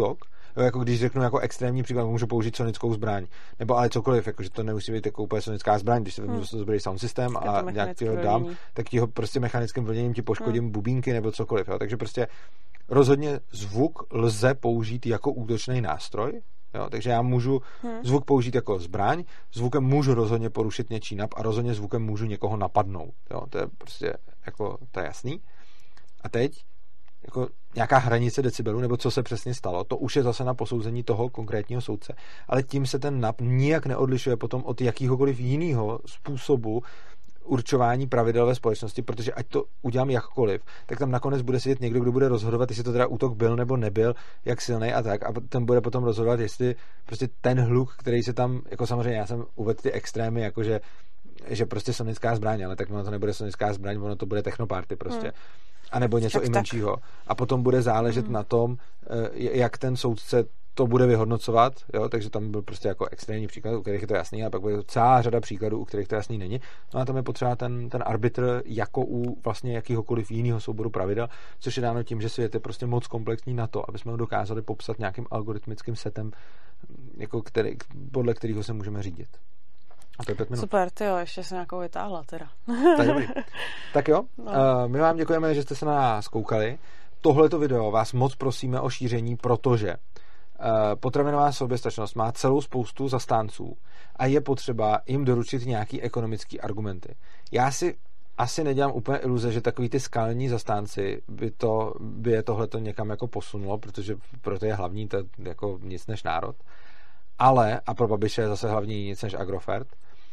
Jo, jako když řeknu jako extrémní příklad, můžu použít sonickou zbraň, nebo ale cokoliv, jako, že to nemusí být jako úplně sonická zbraň, když se vezmu hmm. dobrý sound systém a nějak ti ho dám, tak ti ho prostě mechanickým vlněním ti poškodím hmm. bubínky nebo cokoliv. Jo. Takže prostě rozhodně zvuk lze použít jako útočný nástroj. Jo, takže já můžu hmm. zvuk použít jako zbraň, zvukem můžu rozhodně porušit něčí nap a rozhodně zvukem můžu někoho napadnout. Jo, to je prostě jako, to je jasný. A teď jako nějaká hranice decibelů, nebo co se přesně stalo, to už je zase na posouzení toho konkrétního soudce. Ale tím se ten nap nijak neodlišuje potom od jakýhokoliv jiného způsobu určování pravidel ve společnosti, protože ať to udělám jakkoliv, tak tam nakonec bude sedět někdo, kdo bude rozhodovat, jestli to teda útok byl nebo nebyl, jak silný a tak. A ten bude potom rozhodovat, jestli prostě ten hluk, který se tam, jako samozřejmě já jsem uvedl ty extrémy, jakože že prostě sonická zbraň, ale tak ono to nebude sonická zbraň, ono to bude technoparty prostě. Hmm. A nebo něco tak, i menšího. A potom bude záležet hmm. na tom, jak ten soudce to bude vyhodnocovat, jo, takže tam byl prostě jako extrémní příklad, u kterých je to jasný, a pak bude celá řada příkladů, u kterých to jasný není. No a tam je potřeba ten, ten arbitr jako u vlastně jakýhokoliv jiného souboru pravidel, což je dáno tím, že svět je prostě moc komplexní na to, aby jsme ho dokázali popsat nějakým algoritmickým setem, jako který, podle kterého se můžeme řídit. A to je pět minut. Super, ty jo, ještě se nějakou vytáhla teda. Tak dobrý. Tak jo, no. My vám děkujeme, že jste se na nás koukali. Tohleto video vás moc prosíme o šíření, protože potravinová soběstačnost má celou spoustu zastánců a je potřeba jim doručit nějaký ekonomický argumenty. Já si asi nedělám úplně iluze, že takový ty skalní zastánci by, to, by je tohleto někam jako posunulo, protože proto je hlavní to jako nic než národ. Ale, a pro Babiše je zase hlavní nic než Agrofert,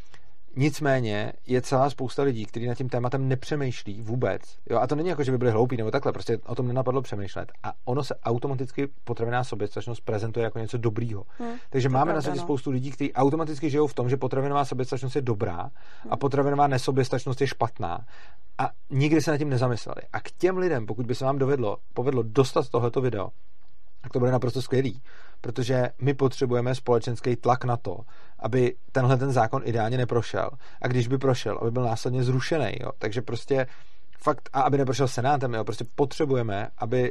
nicméně je celá spousta lidí, kteří nad tím tématem nepřemýšlí vůbec. Jo, a to není jako, že by byli hloupí nebo takhle, prostě o tom nenapadlo přemýšlet. A ono se automaticky potravinová soběstačnost prezentuje jako něco dobrýho. Hmm, Takže máme pravda, na světě no. spoustu lidí, kteří automaticky žijou v tom, že potravinová soběstačnost je dobrá hmm. a potravinová nesoběstačnost je špatná. A nikdy se nad tím nezamysleli. A k těm lidem, pokud by se vám dovedlo, povedlo dostat tohleto video, tak to bude naprosto skvělý, protože my potřebujeme společenský tlak na to, aby tenhle ten zákon ideálně neprošel. A když by prošel, aby byl následně zrušený. Jo. Takže prostě fakt, a aby neprošel senátem, jo, prostě potřebujeme, aby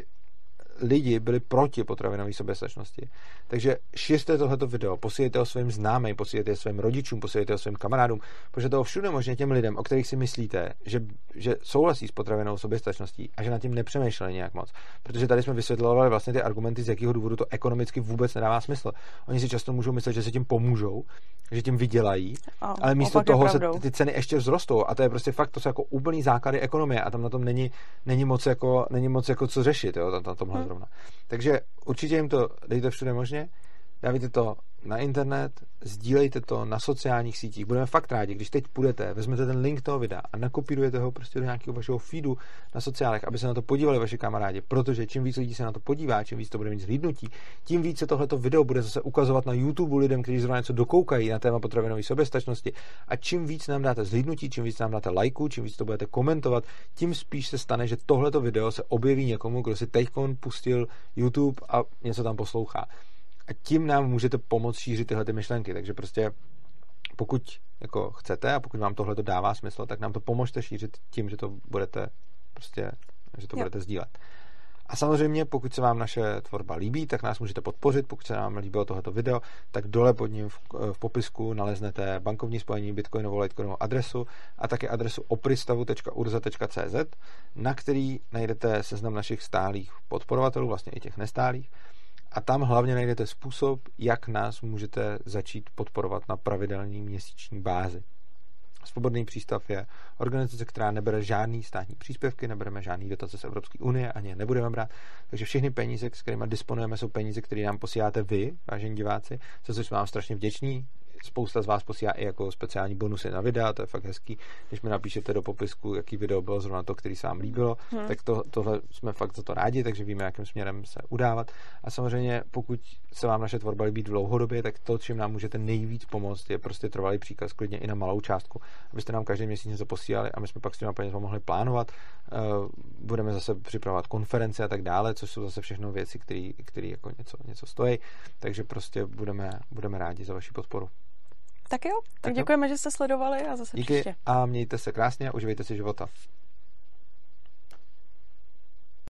lidi byli proti potravinové soběstačnosti. Takže šiřte tohleto video, posílejte ho svým známým, posílejte ho svým rodičům, posílejte ho svým kamarádům, protože to všude možně těm lidem, o kterých si myslíte, že, že souhlasí s potravinovou soběstačností a že nad tím nepřemýšleli nějak moc. Protože tady jsme vysvětlovali vlastně ty argumenty, z jakého důvodu to ekonomicky vůbec nedává smysl. Oni si často můžou myslet, že se tím pomůžou, že tím vydělají, a ale místo toho se ty, ty ceny ještě vzrostou a to je prostě fakt, to jsou jako úplný základy ekonomie a tam na tom není, není moc jako, není moc jako co řešit, jo, na tomhle hmm. zrovna. Takže určitě jim to dejte všude možně, dávajte to na internet, sdílejte to na sociálních sítích. Budeme fakt rádi, když teď půjdete, vezmete ten link toho videa a nakopírujete ho prostě do nějakého vašeho feedu na sociálech, aby se na to podívali vaši kamarádi, protože čím víc lidí se na to podívá, čím víc to bude mít zhlídnutí, tím víc se tohleto video bude zase ukazovat na YouTube lidem, kteří zrovna něco dokoukají na téma potravinové soběstačnosti, a čím víc nám dáte zhlídnutí, čím víc nám dáte lajků, čím víc to budete komentovat, tím spíš se stane, že tohleto video se objeví někomu, kdo si teďkon pustil YouTube a něco tam poslouchá. A tím nám můžete pomoct šířit tyhle ty myšlenky. Takže prostě pokud jako chcete a pokud vám tohle to dává smysl, tak nám to pomožte šířit tím, že to budete prostě, že to jo. budete sdílet. A samozřejmě, pokud se vám naše tvorba líbí, tak nás můžete podpořit. Pokud se nám líbilo tohoto video, tak dole pod ním v, v popisku naleznete bankovní spojení, bitcoinovou, litecoinovou adresu a také adresu opristavu tečka urza tečka cé zet, na který najdete seznam našich stálých podporovatelů, vlastně i těch nestálých. A tam hlavně najdete způsob, jak nás můžete začít podporovat na pravidelné měsíční bázi. Svobodný přístav je organizace, která nebere žádný státní příspěvky, nebereme žádný dotace z Evropské unie, ani je nebudeme brát. Takže všechny peníze, s kterými disponujeme, jsou peníze, které nám posíláte vy, vážení diváci, za což jsme vám strašně vděční. Spousta z vás posílá i jako speciální bonusy na videa, to je fakt hezký. Když mi napíšete do popisku, jaký video bylo zrovna to, který se vám líbilo, hmm. tak to, tohle jsme fakt za to rádi, takže víme, jakým směrem se udávat. A samozřejmě, pokud se vám naše tvorba líbí dlouhodobě, tak to, čím nám můžete nejvíc pomoct, je prostě trvalý příkaz, klidně i na malou částku, abyste nám každý měsíc něco posílali a my jsme pak s těma penězma mohli plánovat. Budeme zase připravovat konference a tak dále, což jsou zase všechno věci, které jako něco, něco stojí. Takže prostě budeme, budeme rádi za vaši podporu. Tak jo, tak, tak děkujeme, jo. že jste sledovali a zase Díky příště. A mějte se krásně a uživejte si života.